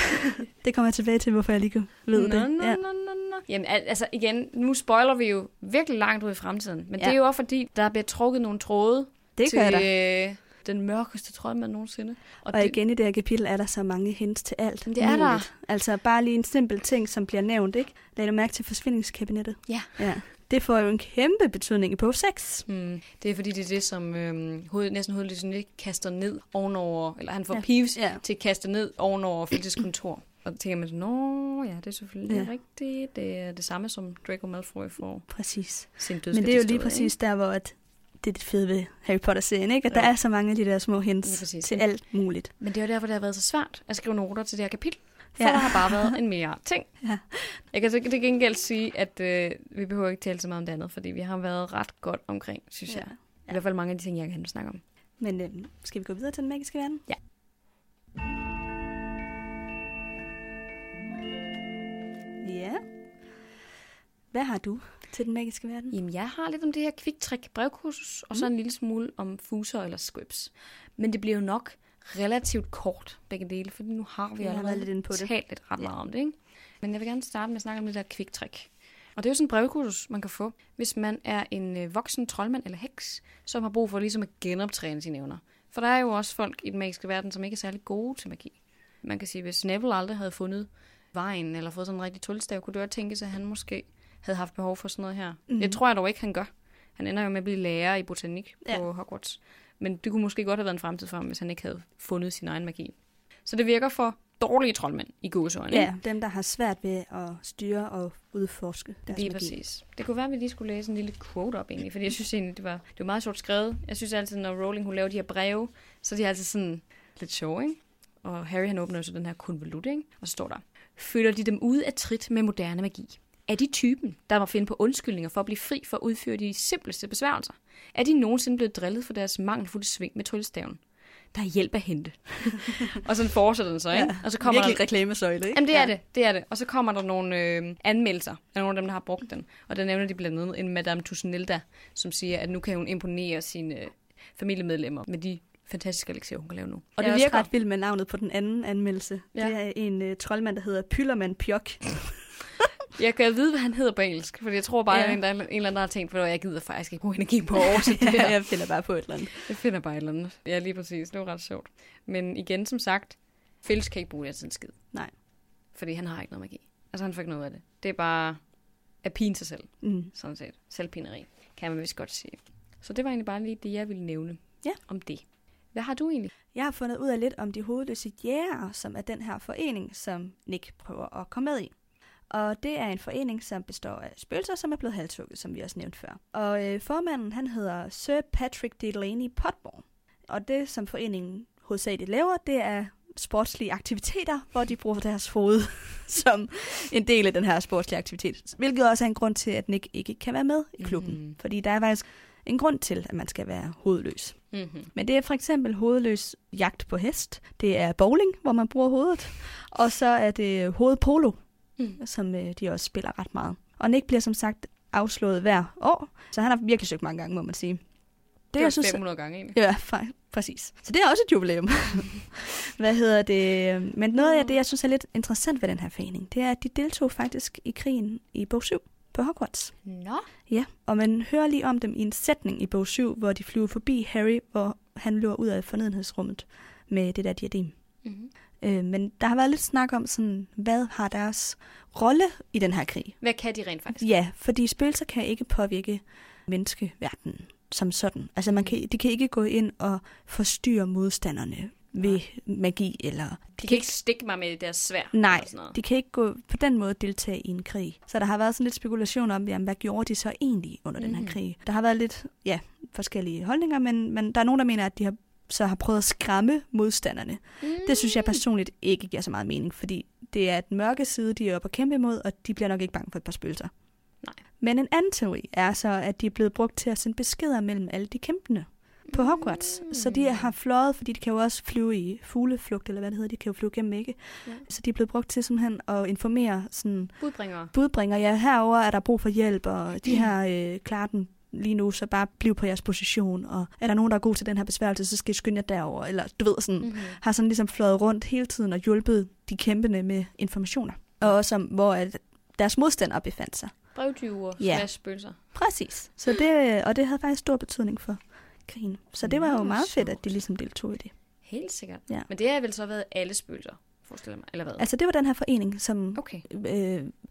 Speaker 2: Det kommer jeg tilbage til, hvorfor jeg lige ved
Speaker 1: nå,
Speaker 2: det.
Speaker 1: Nå,
Speaker 2: ja.
Speaker 1: nå, nå, nå. Jamen, altså igen, nu spoiler vi jo virkelig langt ud i fremtiden. Men ja. det er jo også fordi, der bliver trukket nogle tråde
Speaker 2: det
Speaker 1: til
Speaker 2: der.
Speaker 1: den mørkeste tråd, man nogensinde.
Speaker 2: Og, og det, igen i det her kapitel er der så mange hints til alt.
Speaker 1: Det er der.
Speaker 2: Altså bare lige en simpel ting, som bliver nævnt, ikke? Lad du mærke til forsvindingskabinettet.
Speaker 1: Ja.
Speaker 2: ja. Det får jo en kæmpe betydning i bog seks.
Speaker 1: Mm. Det er fordi, det er det, som øhm, hoved, næsten hovedløsen ikke kaster ned ovenover, eller han får ja. Peeves
Speaker 2: ja.
Speaker 1: til at kaste ned ovenover Filches kontor. Og så tænker man sådan, nå ja, det er selvfølgelig ja. rigtigt. Det er det samme, som Draco Malfoy får.
Speaker 2: Præcis.
Speaker 1: Sin
Speaker 2: Men det er jo lige præcis ikke? Der, hvor at det er det fede ved Harry Potter-serien, ikke? At ja. der er så mange af de der små hints til alt muligt.
Speaker 1: Men det er jo derfor, det har været så svært at skrive noter til det her kapitel. For ja. der har bare været en milliard ting. Ja. Jeg kan til gengæld sige, at øh, vi behøver ikke tale så meget om det andet, fordi vi har været ret godt omkring, synes ja. jeg. I hvert fald mange af de ting, jeg kan snakke om.
Speaker 2: Men øh, skal vi gå videre til den magiske verden?
Speaker 1: Ja.
Speaker 2: Ja. Hvad har du til den magiske verden?
Speaker 1: Jamen, jeg har lidt om det her kviktræk brevkursus, og mm. så en lille smule om fuser eller squibs. Men det bliver jo nok relativt kort, begge dele, fordi nu har vi allerede lidt på det. talt lidt ret meget ja. om det, ikke? Men jeg vil gerne starte med at snakke om det der kviktræk. Og det er jo sådan en brevkursus, man kan få, hvis man er en øh, voksen troldmand eller heks, som har brug for ligesom at genoptræne sine evner. For der er jo også folk i den magiske verden, som ikke er særlig gode til magi. Man kan sige, hvis Neville aldrig havde fundet vejen, eller fået sådan en rigtig tryllestav, kunne du også tænke sig, at han måske havde haft behov for sådan noget her. Mm. Det tror jeg dog ikke, han gør. Han ender jo med at blive lærer i botanik ja. på Hogwarts. Men det kunne måske godt have været en fremtid for ham, hvis han ikke havde fundet sin egen magi. Så det virker for dårlige troldmænd i gåseøjne.
Speaker 2: Ja, dem, der har svært ved at styre og udforske deres
Speaker 1: lige
Speaker 2: magi.
Speaker 1: Præcis. Det kunne være, at vi lige skulle læse en lille quote op egentlig, fordi jeg synes egentlig, det var, det var meget sjovt skrevet. Jeg synes altid, når Rowling hun laver de her breve, så er de altid sådan lidt sjove, ikke? Og Harry han åbner jo så den her konvolut, ikke? Og så står der, føler de dem ude af trit med moderne magi? Er de typen, der må finde på undskyldninger for at blive fri for at udføre de simpleste besværgelser? Er de nogensinde blevet drillet for deres mangelfulde sving med tryllestaven? Der er hjælp at hente. Og så fortsætter den så, ikke?
Speaker 2: Ja,
Speaker 1: og så kommer
Speaker 2: virkelig
Speaker 1: der...
Speaker 2: reklamesøjle, ikke?
Speaker 1: Jamen det er ja. det, det er det. Og så kommer der nogle øh, anmeldelser af nogle af dem, der har brugt den. Og der nævner de blandt andet en Madame Tusnelda, som siger, at nu kan hun imponere sine øh, familiemedlemmer med de fantastiske lektier, hun kan lave nu.
Speaker 2: Og det virker ret vildt med navnet på den anden anmeldelse. Ja. Det er en øh, troldmand, der hedder Pyllermand Pjok.
Speaker 1: Jeg kan vide, hvad han hedder på engelsk, for jeg tror bare, ja. at der er en eller anden, der har tænkt, at jeg gider faktisk ikke bruge energi på at oversætte det her.
Speaker 2: Jeg finder bare på et eller andet.
Speaker 1: Jeg finder bare et eller andet. Ja, lige præcis. Det var ret sjovt. Men igen, som sagt, Filch kan ikke bruge det til en skid.
Speaker 2: Nej.
Speaker 1: Fordi han har ikke noget magi. Altså, han får ikke noget af det. Det er bare at pine sig selv.
Speaker 2: Mm.
Speaker 1: Sådan set. Selvpineri, kan man vist godt sige. Så det var egentlig bare lige det, jeg ville nævne
Speaker 2: ja.
Speaker 1: om det. Hvad har du egentlig?
Speaker 2: Jeg har fundet ud af lidt om de hovedløse jægere, som er den her forening, som Nick prøver at komme med i. Og det er en forening, som består af spøgelser, som er blevet halshugget, som vi også nævnte før. Og øh, formanden, han hedder Sir Patrick Delaney Potmore. Og det, som foreningen hovedsageligt laver, det er sportslige aktiviteter, hvor de bruger deres hoved som en del af den her sportslige aktivitet. Hvilket også er en grund til, at Nick ikke kan være med i klubben. Mm-hmm. Fordi der er faktisk en grund til, at man skal være hovedløs. Mm-hmm. Men det er for eksempel hovedløs jagt på hest. Det er bowling, hvor man bruger hovedet. Og så er det hovedpolo, mm. som øh, de også spiller ret meget. Og Nick bliver som sagt afslået hver år, så han har virkelig søgt mange gange, må man sige. Det,
Speaker 1: det er jeg synes, fem hundrede gange egentlig.
Speaker 2: Ja, fa- præcis. Så det er også et jubilæum. Hvad hedder det? Men noget af det, jeg synes er lidt interessant ved den her forening, det er, at de deltog faktisk i krigen i bog syv på Hogwarts.
Speaker 1: Nå?
Speaker 2: Ja, og man hører lige om dem i en sætning i bog syv, hvor de flyver forbi Harry, hvor han løber ud af fornedenhedsrummet med det der diadem. Mm-hmm. Øh, men der har været lidt snak om, sådan, hvad har deres rolle i den her krig?
Speaker 1: Hvad kan de rent faktisk?
Speaker 2: Ja, fordi spøgelser kan ikke påvirke menneskeverdenen som sådan. Altså man kan, de kan ikke gå ind og forstyrre modstanderne ved magi. Eller
Speaker 1: de, de kan ikke stikke mig med deres sværd.
Speaker 2: Nej, de kan ikke gå på den måde deltage i en krig. Så der har været sådan lidt spekulation om, jamen, hvad gjorde de så egentlig under mm-hmm. den her krig? Der har været lidt ja, forskellige holdninger, men, men der er nogen, der mener, at de har så har prøvet at skræmme modstanderne. Mm. Det synes jeg personligt ikke giver så meget mening, fordi det er den mørke side, de er oppe at kæmpe imod, og de bliver nok ikke bange for et par spøgelser.
Speaker 1: Nej.
Speaker 2: Men en anden teori er så, at de er blevet brugt til at sende beskeder mellem alle de kæmpende på Hogwarts. Mm. Så de har fløjet, fordi de kan jo også flyve i fugleflugt, eller hvad det hedder, de kan jo flyve gennem vægge. Ja. Så de er blevet brugt til simpelthen at informere sådan...
Speaker 1: Budbringere.
Speaker 2: Budbringere, ja. Herover er der brug for hjælp, og de her øh, klarer den lige nu, så bare bliv på jeres position, og er der nogen, der er god til den her besværgelse, så skal I skynde jer derover, eller du ved, sådan, mm-hmm. har sådan ligesom fløjet rundt hele tiden og hjulpet de kæmpende med informationer. Og også om, hvor at deres modstandere befandt sig.
Speaker 1: Brevtyver,
Speaker 2: ja.
Speaker 1: slash spøgelser.
Speaker 2: Præcis. Så det, og det havde faktisk stor betydning for krigen. Så det var jo meget fedt, at de ligesom deltog i det.
Speaker 1: Helt sikkert.
Speaker 2: Ja.
Speaker 1: Men det har vel så været alle spøgelser, forestiller mig, eller hvad?
Speaker 2: Altså det var den her forening, som
Speaker 1: okay.
Speaker 2: øh,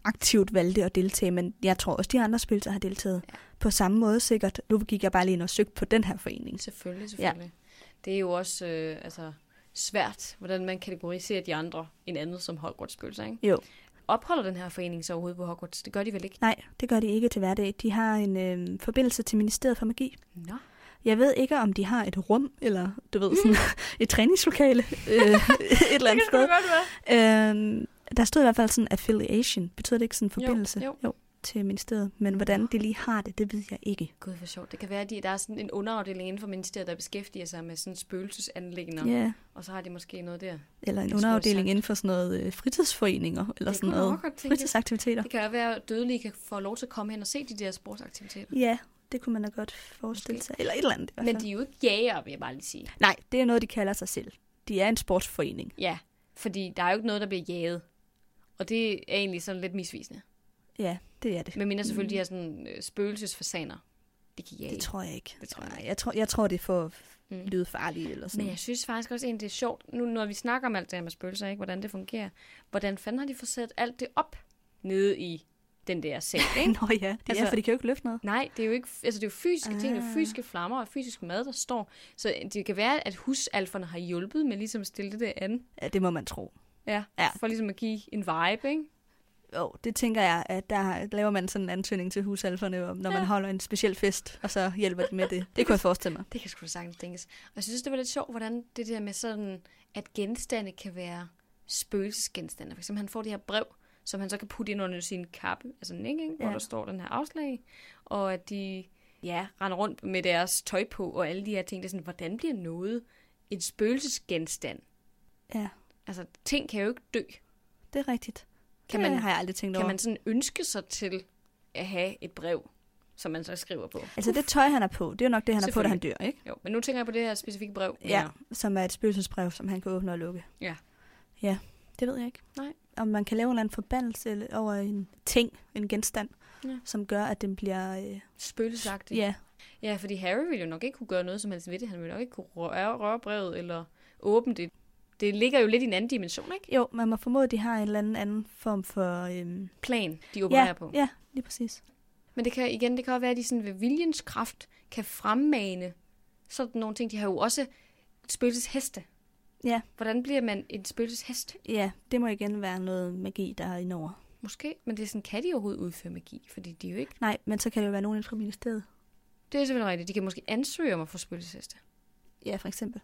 Speaker 2: aktivt valgte at deltage, men jeg tror også, de andre spillere har deltaget ja. på samme måde sikkert. Nu gik jeg bare lige ind og søgte på den her forening.
Speaker 1: Selvfølgelig, selvfølgelig. Ja. Det er jo også øh, altså, svært, hvordan man kategoriserer de andre en andet som Hogwarts-spøgelser, ikke?
Speaker 2: Jo.
Speaker 1: Opholder den her forening så overhovedet på Hogwarts? Det gør de vel ikke?
Speaker 2: Nej, det gør de ikke til hverdag. De har en øh, forbindelse til Ministeriet for Magi.
Speaker 1: Nå.
Speaker 2: Jeg ved ikke, om de har et rum, eller du ved, sådan et træningslokale øh, et eller andet sted.
Speaker 1: Det kan godt være.
Speaker 2: Øh, der stod i hvert fald sådan affiliation. Betyder det ikke sådan forbindelse?
Speaker 1: Jo, jo.
Speaker 2: jo. til ministeriet. Men hvordan de lige har det, det ved jeg ikke.
Speaker 1: Gud, hvor sjovt. Det kan være, at der er sådan en underafdeling inden for ministeriet, der beskæftiger sig med sådan spøgelsesanliggender.
Speaker 2: Ja. Yeah.
Speaker 1: Og så har de måske noget der.
Speaker 2: Eller en underafdeling inden for sådan noget øh, fritidsforeninger, eller
Speaker 1: det
Speaker 2: sådan noget fritidsaktiviteter.
Speaker 1: Det kan jo være, at dødelige kan få lov til at komme hen og se de der sportsaktiviteter.
Speaker 2: Ja, det kunne man da godt forestille sig. Eller et eller andet.
Speaker 1: Men de er jo ikke jæger, vil jeg bare lige sige.
Speaker 2: Nej, det er noget, de kalder sig selv. De er en sportsforening.
Speaker 1: Ja, fordi der er jo ikke noget, der bliver jaget. Og det er egentlig sådan lidt misvisende.
Speaker 2: Ja, det er det.
Speaker 1: Men mindre selvfølgelig, mm. de her sådan øh, spøgelsesfasaner. De kan jage.
Speaker 2: Det tror jeg ikke.
Speaker 1: Det tror jeg,
Speaker 2: Nej, jeg tror, jeg tror det er for mm. lyde farligt eller sådan.
Speaker 1: Men jeg synes faktisk også, at det er sjovt, nu når vi snakker om alt det her med spøgelser, ikke, hvordan det fungerer. Hvordan fanden har de fået sat alt det op nede i den der seng, ikke?
Speaker 2: Nå ja, det altså, er, for de kan jo ikke løfte noget.
Speaker 1: Nej, det er jo ikke, altså det er jo fysiske ah. ting, det er fysiske flammer og fysisk mad, der står. Så det kan være, at husalferne har hjulpet med ligesom at stille det der an.
Speaker 2: Ja, det må man tro.
Speaker 1: Ja, ja. For ligesom at give en vibe, ikke?
Speaker 2: Jo, det tænker jeg, at der laver man sådan en ansøgning til husalferne, når ja. man holder en speciel fest, og så hjælper de med det. Det kunne jeg forestille mig.
Speaker 1: Det kan sgu da sagtens tænkes. Og jeg synes, det var lidt sjovt, hvordan det der med sådan, at genstande kan være spøgelsesgenstande. For eksempel, han får det her brev, som han så kan putte ind under sin kappe, altså en ikke, hvor ja. der står den her afslag, og at de ja, render rundt med deres tøj på, og alle de her ting, det er sådan, hvordan bliver noget en spøgelsesgenstand?
Speaker 2: Ja.
Speaker 1: Altså, ting kan jo ikke dø.
Speaker 2: Det er rigtigt.
Speaker 1: Kan man,
Speaker 2: det har jeg aldrig tænkt over.
Speaker 1: Kan man sådan ønske sig til at have et brev, som man så skriver på?
Speaker 2: Altså det tøj, han er på, det er jo nok det, han er på, da han dør, ikke?
Speaker 1: Jo, men nu tænker jeg på det her specifikke brev.
Speaker 2: Ja, ja. Som er et spøgelsesbrev, som han kan åbne og lukke.
Speaker 1: Ja.
Speaker 2: Ja, det ved jeg ikke.
Speaker 1: Nej.
Speaker 2: Om man kan lave en eller anden forbandelse over en ting, en genstand,
Speaker 1: ja.
Speaker 2: som gør, at den bliver Øh...
Speaker 1: spøgelsesagtig.
Speaker 2: Ja.
Speaker 1: Ja, fordi Harry ville jo nok ikke kunne gøre noget som helst ved det. Han ville nok ikke kunne røre, røre brevet eller åbne det. Det ligger jo lidt i en anden dimension, ikke?
Speaker 2: Jo, man må formode, at de har en eller anden, anden form for øhm...
Speaker 1: plan, de opererer
Speaker 2: ja,
Speaker 1: på.
Speaker 2: Ja, lige præcis.
Speaker 1: Men det kan igen, det kan også være, at de sådan ved viljens kraft kan fremmane sådan nogle ting. De har jo også spøgelsesheste.
Speaker 2: Ja.
Speaker 1: Hvordan bliver man en spøgelseshest?
Speaker 2: Ja, det må igen være noget magi, der er indover.
Speaker 1: Måske, men det er sådan, kan de overhovedet udføre magi? Fordi de jo ikke...
Speaker 2: Nej, men så kan det jo være nogen fra ministeriet.
Speaker 1: Det er selvfølgelig rigtigt. De kan måske ansøge om at få spøgelsesheste.
Speaker 2: Ja, for eksempel.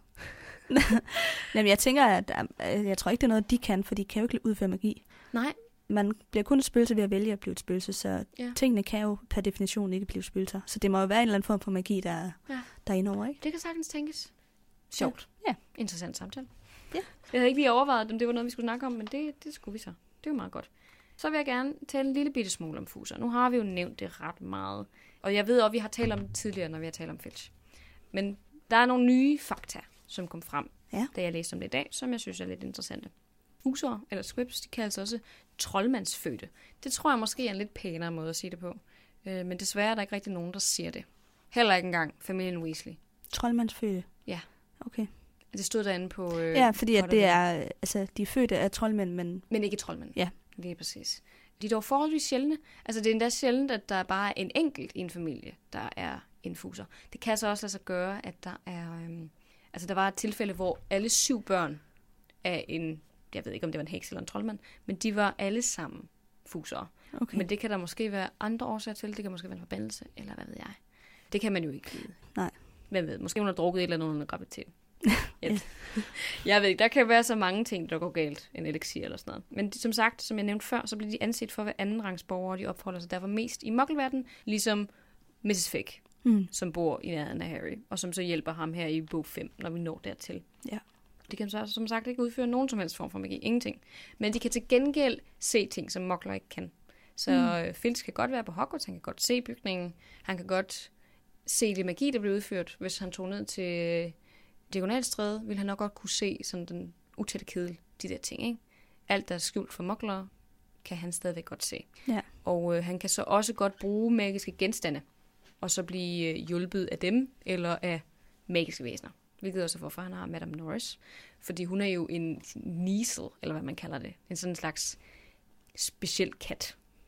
Speaker 2: Jamen, jeg tænker, at jeg tror ikke, det er noget, de kan, for de kan jo ikke udføre magi.
Speaker 1: Nej.
Speaker 2: Man bliver kun et spøgelse ved at vælge at blive et spøgelse, så
Speaker 1: ja. tingene
Speaker 2: kan jo per definition ikke blive spøgelser. Så det må jo være en eller anden form for magi, der,
Speaker 1: ja.
Speaker 2: der er indover, ikke?
Speaker 1: Det kan sagtens tænkes. Sjovt.
Speaker 2: Ja. ja.
Speaker 1: Interessant samtale.
Speaker 2: Ja.
Speaker 1: Jeg havde ikke lige overvejet, om det var noget, vi skulle snakke om, men det, det skulle vi så. Det er jo meget godt. Så vil jeg gerne tale en lille bitte smule om fuser. Nu har vi jo nævnt det ret meget. Og jeg ved også, at vi har talt om det tidligere, når vi har talt om Filch. Men der er nogle nye fakta, som kom frem,
Speaker 2: ja.
Speaker 1: da jeg læste om det i dag, som jeg synes er lidt interessante. Fusere, eller squibs, de kaldes også troldmandsfødte. Det tror jeg måske er en lidt pænere måde at sige det på. Øh, men desværre er der ikke rigtig nogen, der siger det. Heller ikke engang familien Weasley.
Speaker 2: Troldmandsfødte?
Speaker 1: Ja.
Speaker 2: Okay.
Speaker 1: Det stod derinde på... Øh,
Speaker 2: ja, fordi at det er, altså, de er fødte af troldmænd, men...
Speaker 1: Men ikke troldmænd.
Speaker 2: Ja.
Speaker 1: Lige præcis. De er dog forholdsvis sjældne. Altså, det er endda sjældent, at der er bare en enkelt i en familie, der er en fuser. Det kan så også lade sig gøre, at der er... Øhm, altså, der var et tilfælde, hvor alle syv børn af en... Jeg ved ikke, om det var en heks eller en troldmand, men de var alle sammen fusere.
Speaker 2: Okay.
Speaker 1: Men det kan der måske være andre årsager til. Det kan måske være en forbandelse, eller hvad ved jeg. Det kan man jo ikke vide.
Speaker 2: Nej.
Speaker 1: Hvem ved? Måske hun har drukket et eller andet under graviditet. Ja. Jeg ved ikke, der kan være så mange ting, der går galt, en elixir eller sådan noget. Men de, som sagt, som jeg nævnte før, så bliver de anset for at være andenrangsborgere, og de opholder sig derfor mest i muggelverden, ligesom missus Fig,
Speaker 2: mm.
Speaker 1: som bor i nærheden af Harry, og som så hjælper ham her i bog fem, når vi når dertil.
Speaker 2: Ja.
Speaker 1: De kan så som sagt ikke udføre nogen som helst form for magi, ingenting. Men de kan til gengæld se ting, som muggler ikke kan. Så mm. Filch kan godt være på Hogwarts, han kan godt se bygningen, han kan godt se det magi, der bliver udført, hvis han tog ned til Diagonalstræde, ville han nok godt kunne se sådan den utætte kedel, de der ting, ikke? Alt, der er skjult for muggler, kan han stadigvæk godt se.
Speaker 2: Ja.
Speaker 1: Og øh, han kan så også godt bruge magiske genstande, og så blive øh, hjulpet af dem, eller af magiske væsener. Hvilket også er, hvorfor han har Madame Norris. Fordi hun er jo en Kneasel, eller hvad man kalder det. En sådan slags speciel kat.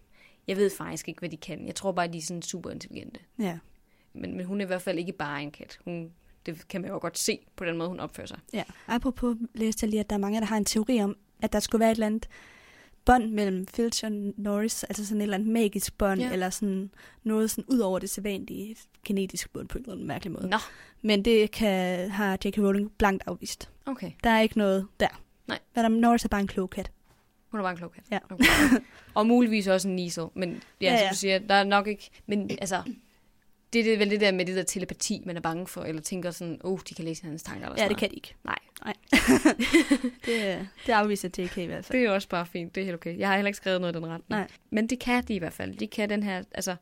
Speaker 1: Jeg ved faktisk ikke, hvad de kan. Jeg tror bare, de er sådan super intelligente.
Speaker 2: Ja.
Speaker 1: Men, men hun er i hvert fald ikke bare en kat. Hun, det kan man jo godt se på den måde, hun opfører sig.
Speaker 2: Ja. Apropos læste jeg lige, at der er mange, der har en teori om, at der skulle være et eller andet bånd mellem Filch og Norris, altså sådan et eller andet magisk bånd, ja. Eller sådan noget sådan ud over det sædvanlige genetisk bånd på en eller anden mærkelig måde.
Speaker 1: Nå.
Speaker 2: Men det kan, har J K. Rowling blankt afvist.
Speaker 1: Okay.
Speaker 2: Der er ikke noget der.
Speaker 1: Nej.
Speaker 2: Hvad der, Norris er bare en klog kat.
Speaker 1: Hun er bare en klog kat.
Speaker 2: Ja.
Speaker 1: Okay. Og muligvis også en Niesel. Men ja, ja, ja. Som du siger, der er nok ikke... Men altså, det er vel det der med det der telepati, man er bange for, eller tænker sådan, åh, oh, de kan læse hinandens tanker. Eller
Speaker 2: ja, det kan de ikke.
Speaker 1: Nej.
Speaker 2: Nej. det, det afviser J K i hvert fald.
Speaker 1: Det er også bare fint, det er helt okay. Jeg har heller ikke skrevet noget i den retning.
Speaker 2: Nej.
Speaker 1: Men det kan de i hvert fald. De kan den her, altså,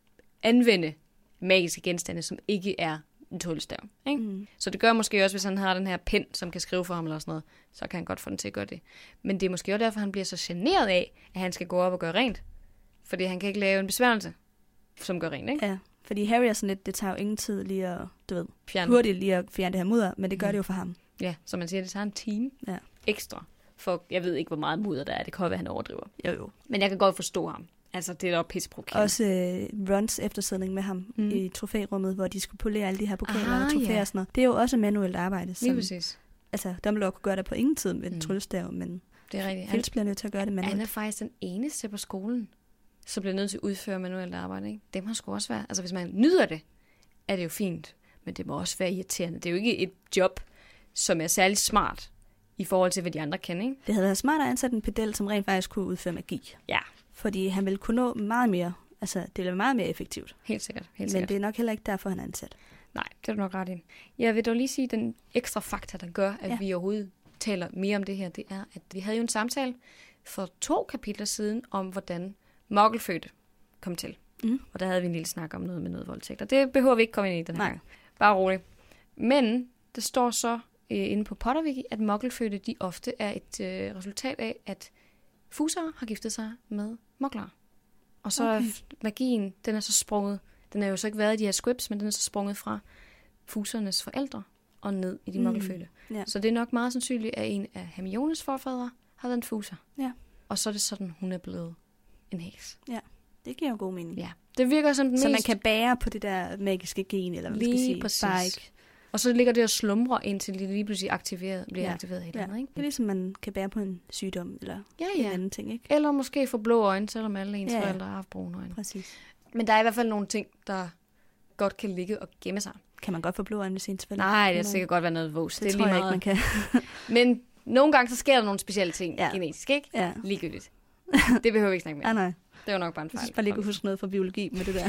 Speaker 1: anvende magiske genstande, som ikke er en tryllestav. Ikke? Mm. Så det gør måske også, hvis han har den her pen, som kan skrive for ham eller sådan noget, så kan han godt få den til at gøre det. Men det er måske også derfor, han bliver så generet af, at han skal gå op og gøre rent. Fordi han kan ikke lave en besværgelse, som gør rent, ikke?
Speaker 2: Ja, fordi Harry er sådan lidt, det tager jo ingen tid lige at, du ved,
Speaker 1: fjerne.
Speaker 2: hurtigt lige at fjerne det her mudder, men det gør mm. det jo for ham.
Speaker 1: Ja, som man siger, det tager en time
Speaker 2: ja.
Speaker 1: ekstra. For jeg ved ikke, hvor meget mudder der er. Det kan være, han overdriver.
Speaker 2: Jo, jo.
Speaker 1: Men jeg kan godt forstå ham. Altså, det er da pisseprovokerende.
Speaker 2: Også øh, Rons eftersidning med ham mm. i trofærummet, hvor de skulle polere alle de her pokaler
Speaker 1: Aha,
Speaker 2: og trofæer
Speaker 1: ja.
Speaker 2: og sådan noget. Det er jo også manuelt arbejde. Som,
Speaker 1: lige præcis.
Speaker 2: Altså, Dumbledore kunne gøre det på ingen tid med mm. tryllestav, men
Speaker 1: det er rigtigt.
Speaker 2: Filch bliver nødt til at gøre det manuelt.
Speaker 1: Han er faktisk den eneste på skolen, som bliver nødt til at udføre manuelt arbejde. Ikke? Det må sgu også være. Altså, hvis man nyder det, er det jo fint. Men det må også være irriterende. Det er jo ikke et job, som er særlig smart i forhold til, hvad de andre kan, ikke?
Speaker 2: Det havde været smart at ansætte en pedel, som rent faktisk kunne udføre magi.
Speaker 1: Ja.
Speaker 2: Fordi han ville kunne nå meget mere. Altså, det ville være meget mere effektivt.
Speaker 1: Helt sikkert. Helt
Speaker 2: Men
Speaker 1: sikkert.
Speaker 2: det er nok heller ikke derfor, han er ansat.
Speaker 1: Nej, det er du nok ret i. Jeg vil dog lige sige, den ekstra fakta, der gør, at ja. vi overhovedet taler mere om det her, det er, at vi havde jo en samtale for to kapitler siden om, hvordan muggelfødte kom til. Mm. Og der havde vi en lille snak om noget med noget voldtægt. Og det behøver vi ikke komme ind i den her
Speaker 2: Nej.
Speaker 1: gang. Bare roligt. Men det står så øh, inde på Potterwiki, at muggelfødte, de ofte er et øh, resultat af, at fusere har giftet sig med muggler. Og så okay. magien, den er så sprunget. Den er jo så ikke været i de her squibs, men den er så sprunget fra fusernes forældre og ned i de mm. muggelfødte. Ja. Så det er nok meget sandsynligt, at en af Hermiones forfædre har været en fuser.
Speaker 2: Ja.
Speaker 1: Og så er det sådan, hun er blevet en heks.
Speaker 2: Ja, det giver jo god mening.
Speaker 1: Ja, det virker som den
Speaker 2: så
Speaker 1: mest...
Speaker 2: man kan bære på det der magiske gen, eller hvad man skal sige.
Speaker 1: Præcis.
Speaker 2: Bare ikke.
Speaker 1: Og så ligger det og slumre, indtil det lige pludselig aktiveret, bliver ja. aktiveret helt
Speaker 2: ja.
Speaker 1: andet, ikke?
Speaker 2: Det er ligesom, man kan bære på en sygdom, eller
Speaker 1: ja, ja.
Speaker 2: en anden ting, ikke?
Speaker 1: Eller måske få blå øjne, selvom alle ens
Speaker 2: ja, ja.
Speaker 1: forældre har haft brune øjne.
Speaker 2: Præcis.
Speaker 1: Men der er i hvert fald nogle ting, der godt kan ligge og gemme sig.
Speaker 2: Kan man godt få blå øjne, hvis ens forældre?
Speaker 1: Nej, det er sikkert godt være noget vås.
Speaker 2: Det,
Speaker 1: det er
Speaker 2: tror
Speaker 1: lige
Speaker 2: jeg
Speaker 1: meget.
Speaker 2: ikke, man kan.
Speaker 1: Men nogle gange, så sker der nogle specielle ting
Speaker 2: ja.
Speaker 1: genetisk, ikke?
Speaker 2: Ja.
Speaker 1: Ligegyldigt. Det behøver vi ikke snakke mere.
Speaker 2: Ah, nej.
Speaker 1: Det var nok bare en fejl.
Speaker 2: Jeg synes bare lige kunne huske noget fra biologi med det der.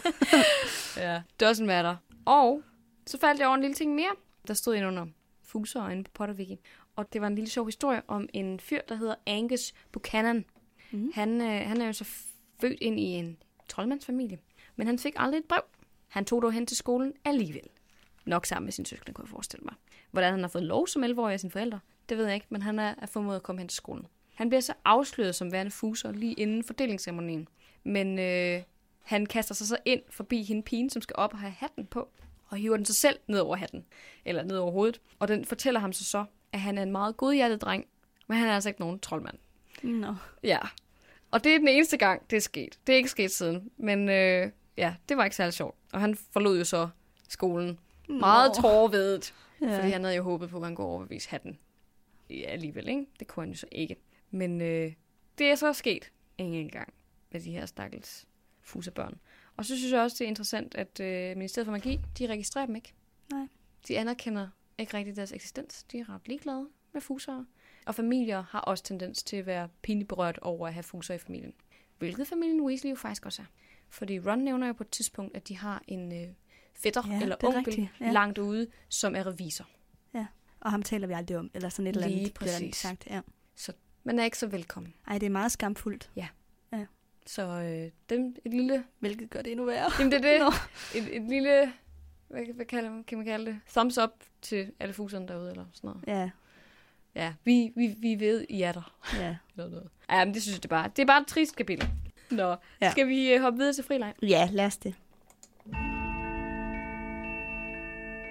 Speaker 1: ja, doesn't matter. Og så faldt jeg over en lille ting mere. Der stod ind under fuser inde på Potterwiki. Og det var en lille sjov historie om en fyr, der hedder Angus Buchanan. Mm. Han, øh, han er jo så født ind i en troldmandsfamilie. Men han fik aldrig et brev. Han tog dog hen til skolen alligevel. Nok sammen med sin søskende, kunne jeg forestille mig. Hvordan han har fået lov som elleve-årig af sine forældre, det ved jeg ikke, men han er, er formået at komme hen til skolen. Han bliver så afsløret som værende fuser lige inden fordelingsceremonien. Men øh, han kaster sig så ind forbi hende pigen, som skal op og have hatten på, og hiver den sig selv ned over hatten, eller ned over hovedet. Og den fortæller ham så så, at han er en meget godhjertet dreng, men han er altså ikke nogen troldmand.
Speaker 2: No.
Speaker 1: Ja, og det er den eneste gang, det er sket. Det er ikke sket siden, men øh, ja, det var ikke særlig sjovt. Og han forlod jo så skolen no. meget tårervedet, ja. Fordi han havde jo håbet på, at han kunne overbevise hatten. Ja, alligevel, ikke? Det kunne han jo så ikke. Men øh, det er så sket en enkelt gang med de her stakkels fuserbørn. Og så synes jeg også, det er interessant, at øh, Ministeriet for Magi, de registrerer dem ikke.
Speaker 2: Nej.
Speaker 1: De anerkender ikke rigtig deres eksistens. De er ret ligeglade med fusere. Og familier har også tendens til at være pinligt berørt over at have fuser i familien. Hvilket familien Weasley jo faktisk også er. Fordi Ron nævner jo på et tidspunkt, at de har en øh, fætter
Speaker 2: ja,
Speaker 1: eller onkel ja. langt ude, som er revisor.
Speaker 2: Ja, og ham taler vi aldrig om. Eller sådan et
Speaker 1: Lige
Speaker 2: eller andet.
Speaker 1: præcis.
Speaker 2: Sagt. Ja.
Speaker 1: Så man er ikke så velkommen.
Speaker 2: Ej, det er meget skamfuldt.
Speaker 1: Ja.
Speaker 2: Ja.
Speaker 1: Så øh, dem, et lille...
Speaker 2: Hvilket gør det endnu værre.
Speaker 1: Jamen det er det. et, et lille... Hvad, hvad kalder man, kan man kalde det? Thumbs up til alle fuserne derude, eller sådan noget.
Speaker 2: Ja.
Speaker 1: Ja, vi, vi, vi ved, I er der.
Speaker 2: Ja.
Speaker 1: noget, noget. Ja, men det synes jeg, det er bare... Det er bare et trist kapitel. Nå, ja. Skal vi uh, hoppe videre til frileg?
Speaker 2: Ja, lad os det.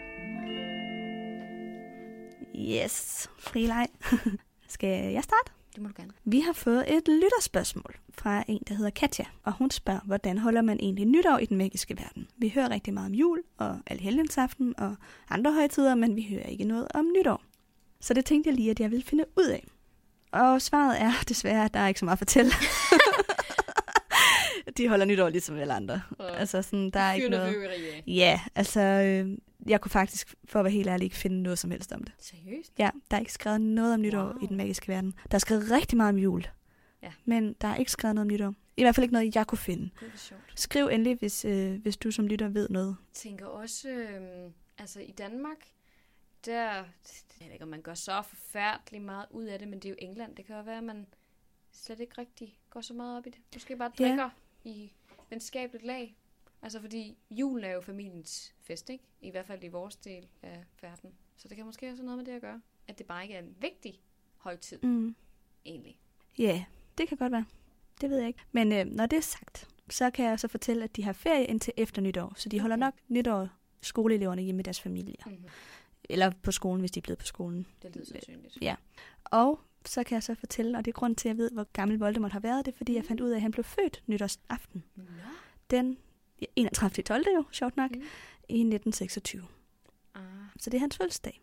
Speaker 2: Yes, frileg. Skal jeg starte?
Speaker 1: Det må du gerne.
Speaker 2: Vi har fået et lytterspørgsmål fra en, der hedder Katja, og hun spørger, hvordan holder man egentlig nytår i den magiske verden? Vi hører rigtig meget om jul og Allehelgensaften og andre højtider, men vi hører ikke noget om nytår. Så det tænkte jeg lige, at jeg ville finde ud af. Og svaret er desværre, at der er ikke så meget at fortælle. De holder nytår ligesom alle andre.
Speaker 1: Ja.
Speaker 2: Altså sådan, der er ikke noget...
Speaker 1: Fyrværkeri.
Speaker 2: Ja, altså, øh, jeg kunne faktisk, for at være helt ærlig, ikke finde noget som helst om det.
Speaker 1: Seriøst?
Speaker 2: Ja, der er ikke skrevet noget om nytår
Speaker 1: Wow.
Speaker 2: i den magiske verden. Der er skrevet rigtig meget om jul.
Speaker 1: Ja.
Speaker 2: Men der er ikke skrevet noget om nytår. I hvert fald ikke noget, jeg kunne finde.
Speaker 1: Det er sjovt.
Speaker 2: Skriv endelig, hvis, øh, hvis du som lytter ved noget.
Speaker 1: Jeg tænker også, øh, altså i Danmark, der, jeg ved ikke, om man gør så forfærdeligt meget ud af det, men det er jo England. Det kan jo være, at man slet ikke rigtig går så meget op i det. Måske bare drikker ja. i venskabeligt lag. Altså fordi julen er jo familiens fest, ikke? I hvert fald i vores del af verden. Så det kan måske også have noget med det at gøre. At det bare ikke er en vigtig højtid,
Speaker 2: Mm.
Speaker 1: egentlig.
Speaker 2: Ja, yeah, det kan godt være. Det ved jeg ikke. Men øh, når det er sagt, så kan jeg så fortælle, at de har ferie indtil efter nytår. Så de okay. holder nok nytår skoleeleverne hjemme med deres familier.
Speaker 1: Mm-hmm.
Speaker 2: Eller på skolen, hvis de er blevet på skolen.
Speaker 1: Det lyder sandsynligt.
Speaker 2: Ja. Og så kan jeg så fortælle, og det er grund til, at jeg ved, hvor gammel Voldemort har været, det er, fordi jeg fandt ud af, at han blev født nytårsaften.
Speaker 1: Nå.
Speaker 2: Den ja, enogtredivte tolvte jo, sjovt nok,
Speaker 1: Mm.
Speaker 2: i nitten seksogtyve.
Speaker 1: Ah.
Speaker 2: Så det er hans fødselsdag.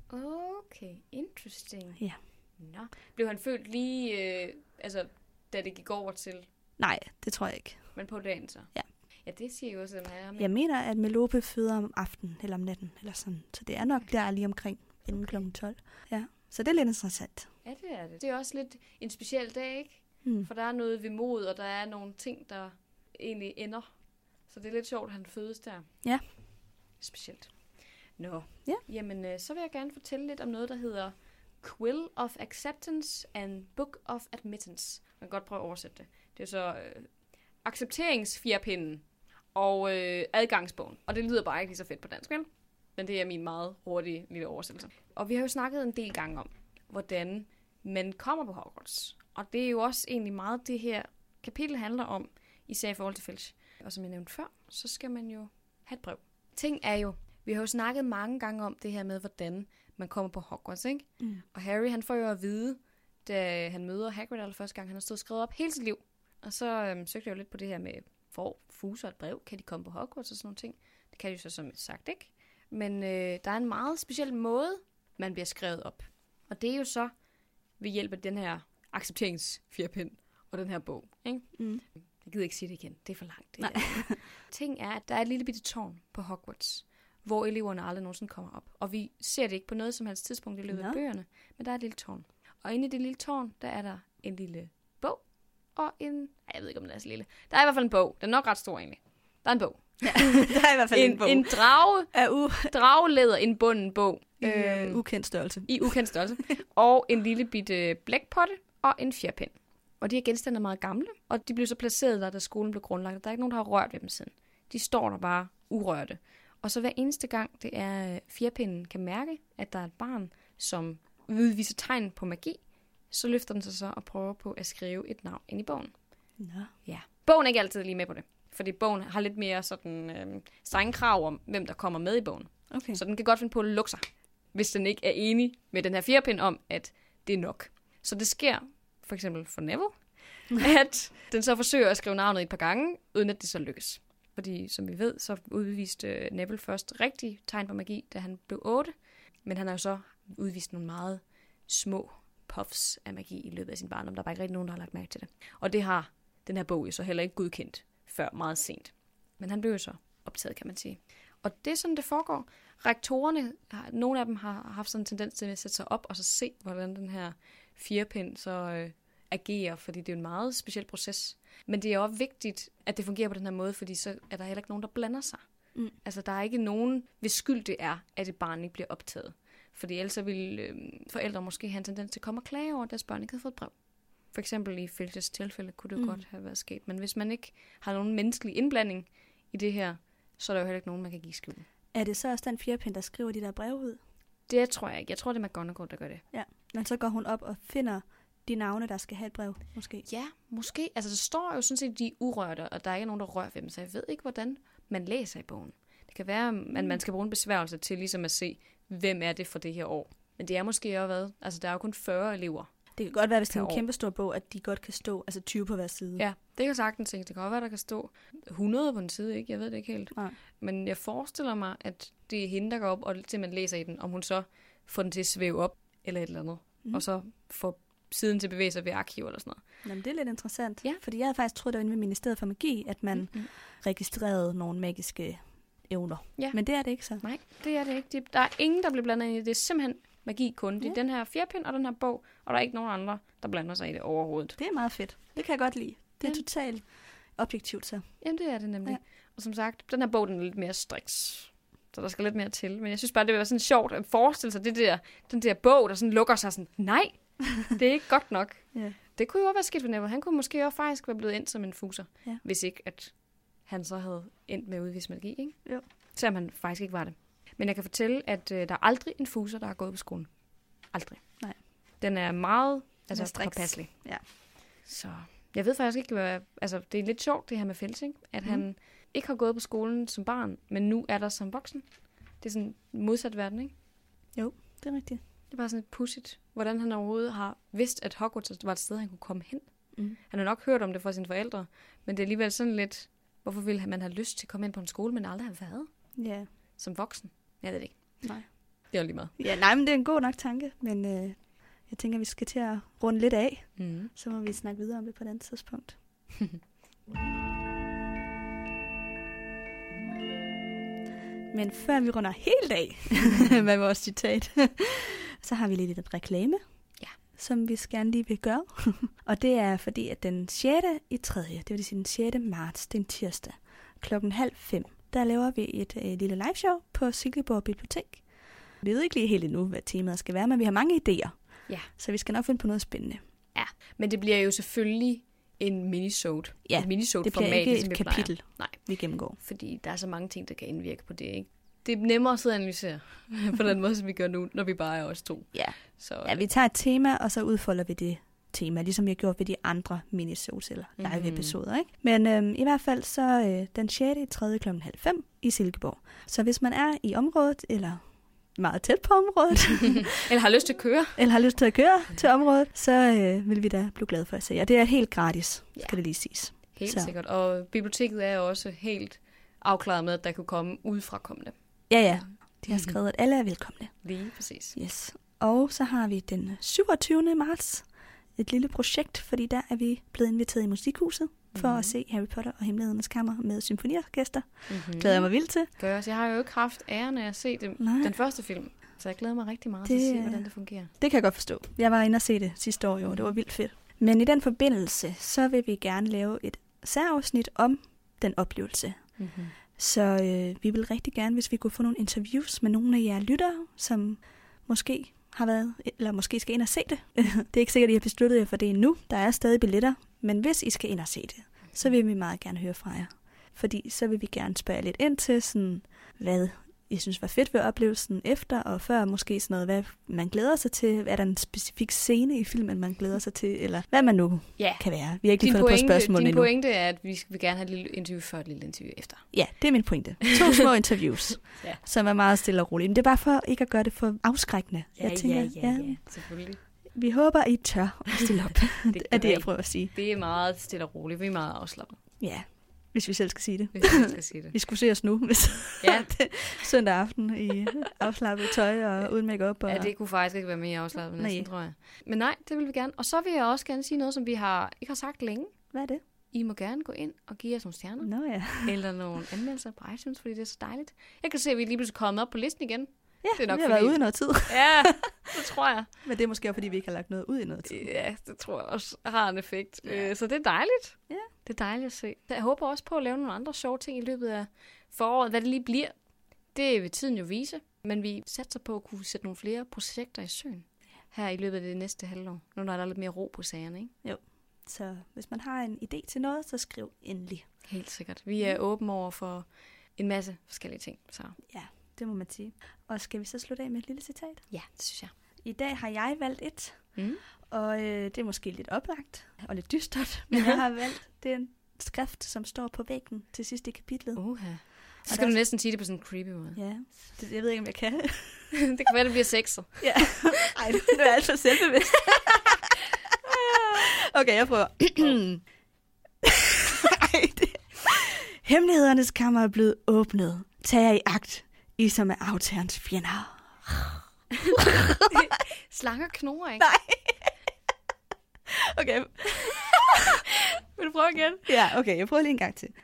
Speaker 1: Okay, interesting.
Speaker 2: Ja.
Speaker 1: Nå. Blev han født lige, øh, altså, da det gik over til,
Speaker 2: Nej, det tror jeg ikke.
Speaker 1: men på dagen så?
Speaker 2: Ja.
Speaker 1: Ja, det siger jo også, at han er med.
Speaker 2: Jeg mener, at Melope føder om aftenen eller om natten, eller sådan. Så det er nok der lige omkring inden klokken tolv. Ja, så det er lidt interessant.
Speaker 1: Ja, det er det. Det er også lidt en speciel dag, ikke?
Speaker 2: Hmm.
Speaker 1: For der er noget ved mod, og der er nogle ting, der egentlig ender. Så det er lidt sjovt, at han fødes der.
Speaker 2: Ja.
Speaker 1: Specielt. Nå.
Speaker 2: Ja.
Speaker 1: Jamen, øh, så vil jeg gerne fortælle lidt om noget, der hedder Quill of Acceptance and Book of Admittance. Man kan godt prøve at oversætte det. Det er så øh, accepteringsfjerpinden og øh, adgangsbogen. Og det lyder bare ikke lige så fedt på dansk, vel? Men det er min meget hurtige lille oversættelse. Og vi har jo snakket en del gange om, hvordan man kommer på Hogwarts. Og det er jo også egentlig meget det her kapitel handler om, især i forhold til Filch. Og som jeg nævnte før, så skal man jo have et brev. Ting er jo, vi har jo snakket mange gange om det her med, hvordan man kommer på Hogwarts, ikke?
Speaker 2: Mm.
Speaker 1: Og Harry, han får jo at vide, da han møder Hagrid aller første gang, han har stået skrevet op hele sit liv. Og så øhm, søgte jeg jo lidt på det her med, hvor fuser et brev, kan de komme på Hogwarts og sådan nogle ting. Det kan de jo så som sagt ikke. Men øh, der er en meget speciel måde, man bliver skrevet op. Og det er jo så ved hjælp af den her accepteringsfjerpind og den her bog, ikke?
Speaker 2: Mm.
Speaker 1: Jeg gider ikke sige det igen. Det er for langt. Det
Speaker 2: Nej.
Speaker 1: er. Ting er, at der er et lille bitte tårn på Hogwarts, hvor eleverne aldrig nogensinde kommer op. Og vi ser det ikke på noget som helst tidspunkt i løbet af
Speaker 2: Nå.
Speaker 1: bøgerne, men der er et lille tårn. Og inde i det lille tårn, der er der en lille bog og en... Ej, jeg ved ikke, om den er så lille. Der er i hvert fald en bog. Den er nok ret stor egentlig. Der er en bog.
Speaker 2: Ja, der er i hvert fald en,
Speaker 1: En,
Speaker 2: bog.
Speaker 1: en drage,
Speaker 2: af u-
Speaker 1: dragelæder, en bunden bog.
Speaker 2: i øh,
Speaker 1: Øhm,
Speaker 2: ukendt størrelse.
Speaker 1: I ukendt størrelse. Og en lille bitte blækpotte og en fjerpind. Og de her genstande er meget gamle, og de blev så placeret der, da skolen blev grundlagt. Der er ikke nogen, der har rørt ved dem siden. De står der bare urørte. Og så hver eneste gang, det er fjerpinden kan mærke, at der er et barn, som udviser tegn på magi, så løfter den sig så og prøver på at skrive et navn ind i bogen.
Speaker 2: Nå.
Speaker 1: Ja. Bogen er ikke altid lige med på det, fordi bogen har lidt mere sådan øh, strenge krav om, hvem der kommer med i bogen.
Speaker 2: Okay.
Speaker 1: Så den kan godt finde på at lukke sig, hvis den ikke er enig med den her fjerpind om, at det er nok. Så det sker for eksempel for Neville, at den så forsøger at skrive navnet et par gange, uden at det så lykkes. Fordi, som vi ved, så udviste Neville først rigtig tegn på magi, da han blev otte. Men han har jo så udvist nogle meget små puffs af magi i løbet af sin barndom. Der er bare ikke rigtig nogen, der har lagt mærke til det. Og det har den her bog jo så heller ikke godkendt før meget sent. Men han blev jo så optaget, kan man sige. Og det er sådan, det foregår. Rektorerne, nogle af dem har haft sådan en tendens til at sætte sig op og så se, hvordan den her fjerpind så øh, agerer, fordi det er en meget speciel proces. Men det er også vigtigt, at det fungerer på den her måde, fordi så er der heller ikke nogen, der blander sig.
Speaker 2: Mm.
Speaker 1: Altså, der er ikke nogen, hvis skyld det er, at et barn ikke bliver optaget. Fordi ellers vil øh, forældre måske have en tendens til at komme og klage over, at deres børn ikke havde fået et brev. For eksempel i Filches tilfælde kunne det jo mm. godt have været sket. Men hvis man ikke har nogen menneskelig indblanding i det her, så er der jo heller ikke nogen, man kan give skyld.
Speaker 2: Er det så også den fjerpind, der skriver de der breve ud?
Speaker 1: Det tror jeg ikke. Jeg tror, det er McGonagall, der gør det.
Speaker 2: Ja, men så går hun op og finder de navne, der skal have et brev, måske.
Speaker 1: Ja, måske. Altså, der står jo sådan set, de er urørte, og der er ikke nogen, der rører ved dem, så jeg ved ikke, hvordan man læser i bogen. Det kan være, at man skal bruge en besværgelse til ligesom at se, hvem er det for det her år. Men det er måske også hvad? Altså, der er jo kun fyrre elever.
Speaker 2: Det kan godt være, hvis det er en kæmpe stor bog, at de godt kan stå, altså tyve på hver side.
Speaker 1: Ja, det kan sagtens tænke. Det kan godt være, der kan stå hundrede på en side, ikke? Jeg ved det ikke helt.
Speaker 2: Nej.
Speaker 1: Men jeg forestiller mig, at det er hende, der går op og simpelthen læser i den, om hun så får den til at svæve op, eller et eller andet. Mm. Og så får siden til at bevæge sig ved arkiv eller sådan noget.
Speaker 2: Jamen, det er lidt interessant.
Speaker 1: Ja.
Speaker 2: Fordi jeg havde faktisk troet, det var inde ved Ministeriet for Magi, at man
Speaker 1: mm-hmm.
Speaker 2: registrerede nogle magiske evner.
Speaker 1: Ja.
Speaker 2: Men det er det ikke så.
Speaker 1: Nej, det er det ikke. Der er ingen, der bliver blandet ind i det. Det er simpelthen magi kun. Det er ja. den her fjerpind og den her bog, og der er ikke nogen andre, der blander sig i det overhovedet.
Speaker 2: Det er meget fedt. Det kan jeg godt lide. Det er ja. totalt objektivt så.
Speaker 1: Jamen, det er det nemlig.
Speaker 2: Ja.
Speaker 1: Og som sagt, den her bog, den er lidt mere striks. Så der skal lidt mere til. Men jeg synes bare, det var sådan sjovt at forestille sig det der, den der bog, der sådan lukker sig sådan, nej, det er ikke godt nok.
Speaker 2: Ja.
Speaker 1: Det kunne jo også være skidt for Neville. Han kunne måske også faktisk være blevet ind som en fuser,
Speaker 2: ja.
Speaker 1: hvis ikke, at han så havde endt med at udvise magi, ikke?
Speaker 2: Jo.
Speaker 1: Selvom han faktisk ikke var det. Men jeg kan fortælle, at øh, der er aldrig en fuser, der har gået på skolen. Aldrig.
Speaker 2: Nej.
Speaker 1: Den er meget altså, påpasselig.
Speaker 2: Ja.
Speaker 1: Så jeg ved faktisk ikke, hvad... Altså, det er lidt sjovt, det her med Filch, ikke? At mm. han ikke har gået på skolen som barn, men nu er der som voksen. Det er sådan modsat verden, ikke?
Speaker 2: Jo, det er rigtigt.
Speaker 1: Det er bare sådan lidt pudsigt, hvordan han overhovedet har vidst, at Hogwarts var et sted, han kunne komme hen.
Speaker 2: Mm.
Speaker 1: Han har nok hørt om det fra sine forældre, men det er alligevel sådan lidt... Hvorfor ville man have lyst til at komme ind på en skole, men aldrig have været?
Speaker 2: Ja.
Speaker 1: Som voksen? Jeg ved det ikke.
Speaker 2: Nej.
Speaker 1: Det er jo lige meget.
Speaker 2: Ja, nej, men det er en god nok tanke, men øh, jeg tænker, vi skal til at runde lidt af.
Speaker 1: Mm.
Speaker 2: Så må vi snakke videre om det på et andet tidspunkt. Men før vi runder helt af med vores citat, så har vi lidt et reklame,
Speaker 1: ja.
Speaker 2: som vi gerne lige vil gøre. Og det er fordi, at den sjette i tredje, det vil sige den sjette marts, den tirsdag, klokken halv fem, der laver vi et øh, lille liveshow på Silkeborg Bibliotek. Vi ved ikke lige helt endnu, hvad temaet skal være, men vi har mange idéer.
Speaker 1: Ja.
Speaker 2: Så vi skal nok finde på noget spændende.
Speaker 1: Ja, men det bliver jo selvfølgelig en minisode.
Speaker 2: Ja,
Speaker 1: et minisode
Speaker 2: det bliver
Speaker 1: format,
Speaker 2: ikke
Speaker 1: ligesom
Speaker 2: et
Speaker 1: vi
Speaker 2: kapitel,
Speaker 1: Nej.
Speaker 2: vi gennemgår.
Speaker 1: Fordi der er så mange ting, der kan indvirke på det, ikke? Det er nemmere at sidde og analysere på den måde, som vi gør nu, når vi bare er os to.
Speaker 2: Ja.
Speaker 1: Så,
Speaker 2: ja, vi tager et tema, og så udfolder vi det tema, ligesom vi har gjort ved de andre minisodes eller live-episoder. Mm-hmm. Ikke? Men øhm, i hvert fald så øh, den sjette i tredje klokken halv fem i Silkeborg. Så hvis man er i området, eller meget tæt på området,
Speaker 1: eller har lyst til at køre,
Speaker 2: eller har lyst til at køre til området, så øh, vil vi da blive glade for at se. Og det er helt gratis, ja. Skal det lige siges.
Speaker 1: Helt
Speaker 2: så.
Speaker 1: Sikkert. Og biblioteket er også helt afklaret med, at der kunne komme udefrakommende.
Speaker 2: Ja, ja. De har skrevet, at alle er velkomne.
Speaker 1: Lige præcis.
Speaker 2: Yes. Og så har vi den syvogtyvende marts et lille projekt, fordi der er vi blevet inviteret i Musikhuset for mm-hmm. at se Harry Potter og Hemmelighedernes Kammer med symfoniorkester. Mm-hmm. Glæder jeg mig vildt til.
Speaker 1: Gør jeg. jeg har jo ikke haft æren af at se det, den første film, så jeg glæder mig rigtig meget det, til at se, hvordan det fungerer.
Speaker 2: Det kan jeg godt forstå. Jeg var inde og se det sidste år, jo, og det var vildt fedt. Men i den forbindelse, så vil vi gerne lave et særafsnit om den oplevelse. Mm-hmm. Så øh, vi vil rigtig gerne, hvis vi kunne få nogle interviews med nogle af jer lyttere, som måske har været, eller måske skal ind og se det. Det er ikke sikkert, at I har besluttet jer for det endnu. Der er stadig billetter, men hvis I skal ind og se det, så vil vi meget gerne høre fra jer. Fordi så vil vi gerne spørge lidt ind til, sådan, hvad I synes var fedt ved oplevelsen efter og før, måske sådan noget, hvad man glæder sig til. Er der en specifik scene i filmen, man glæder sig til, eller hvad man nu ja. kan være. Vi har ikke lige fået på spørgsmål endnu.
Speaker 1: Din pointe er, at vi vil gerne have et lille interview før et lille interview efter.
Speaker 2: Ja, det er min pointe. To små interviews,
Speaker 1: ja.
Speaker 2: som er meget stille og roligt. Men det er bare for ikke at gøre det for afskrækkende.
Speaker 1: Ja, jeg tænker, ja, ja, ja, ja, selvfølgelig.
Speaker 2: Vi håber, I tør at stille op. det er det, jeg prøver at sige.
Speaker 1: Det er meget stille og roligt. Vi er meget afslappet.
Speaker 2: Ja, hvis vi selv skal sige det.
Speaker 1: Hvis vi skal sige det.
Speaker 2: Vi skulle se os nu, hvis
Speaker 1: ja.
Speaker 2: det søndag aften i afslappet tøj og uden make-up. Og...
Speaker 1: Ja, det kunne faktisk ikke være mere afslappet, næsten, tror jeg. Men nej, det vil vi gerne. Og så vil jeg også gerne sige noget, som vi har ikke har sagt længe.
Speaker 2: Hvad er det?
Speaker 1: I må gerne gå ind og give os nogle stjerner.
Speaker 2: Nå ja.
Speaker 1: Eller nogle anmeldelser på iTunes, fordi det er så dejligt. Jeg kan se, at vi lige pludselig er kommet op på listen igen.
Speaker 2: Ja,
Speaker 1: det er nok,
Speaker 2: vi har
Speaker 1: fordi...
Speaker 2: været ude i noget tid.
Speaker 1: Ja, det tror jeg.
Speaker 2: Men det er måske også, fordi vi ikke har lagt noget ud i noget tid.
Speaker 1: Ja, det tror jeg også har en effekt. Ja. Så det er dejligt.
Speaker 2: Ja.
Speaker 1: Det er dejligt at se. Jeg håber også på at lave nogle andre sjove ting i løbet af foråret. Hvad det lige bliver, det vil tiden jo vise. Men vi satser på at kunne sætte nogle flere projekter i søen her i løbet af det næste halvår. Nu når der er lidt mere ro på sagerne, ikke?
Speaker 2: Jo. Så hvis man har en idé til noget, så skriv endelig.
Speaker 1: Helt sikkert. Vi er åbne over for en masse forskellige ting. Så.
Speaker 2: Ja, det må man sige. Og skal vi så slutte af med et lille citat?
Speaker 1: Ja, det synes jeg.
Speaker 2: I dag har jeg valgt et,
Speaker 1: mm.
Speaker 2: og øh, det er måske lidt oplagt og lidt dystert, men jeg har valgt den skrift, som står på væggen til sidst i kapitlet.
Speaker 1: Uha. Så skal du næsten sige det på sådan en creepy måde.
Speaker 2: Ja, det, jeg ved ikke, om jeg kan.
Speaker 1: Det kan være, det bliver sexet.
Speaker 2: Ja, ej, det er alt for selvbevidst. Okay, jeg prøver. Ej, det... Hemmelighedernes kammer er blevet åbnet. Tag jer i agt, I som er aftagerens fjender.
Speaker 1: Slanger knurrer, ikke?
Speaker 2: Nej. Okay.
Speaker 1: Vil du prøve igen?
Speaker 2: Ja, okay, jeg prøver lige en gang til.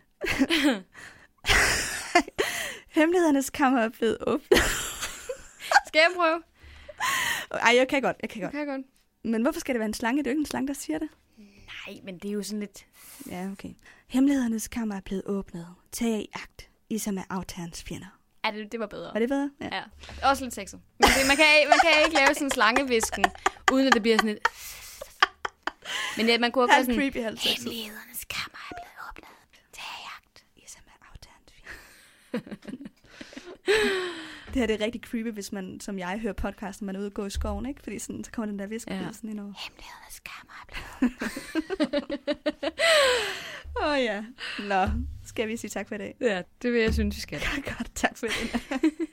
Speaker 2: Hemmelighedernes kammer er blevet åbnet.
Speaker 1: Skal jeg prøve?
Speaker 2: Ej, jeg kan godt, jeg kan godt.
Speaker 1: Okay, godt.
Speaker 2: Men hvorfor skal det være en slange? Det er jo ikke en slange, der siger det.
Speaker 1: Nej, men det er jo sådan lidt...
Speaker 2: Ja, okay. Hemmelighedernes kammer er blevet åbnet. Tag jer i agt, I som er aftagerens fjender.
Speaker 1: Ja, det, det var bedre.
Speaker 2: Var det bedre?
Speaker 1: Ja. ja. Også lidt sexet. Men det, man, kan, man kan ikke lave sådan en slangevisken, uden at det bliver sådan et... Men det, man kunne også sådan...
Speaker 2: creepy, halvt sexet.
Speaker 1: Hemmelighedernes kammer er blevet åbnet. Tag i agt,
Speaker 2: I som er aftagerens fjender. Det her det er rigtig creepy, hvis man, som jeg, hører podcasten, man er ude og gå i skoven, ikke? Fordi sådan, så kommer den der visk
Speaker 1: ja.
Speaker 2: sådan ind over.
Speaker 1: Hemmelighedernes kammer er blevet
Speaker 2: Åh oh, ja. Nå, skal vi sige tak for i dag?
Speaker 1: Ja, det vil jeg synes, vi skal.
Speaker 2: Godt, tak for det.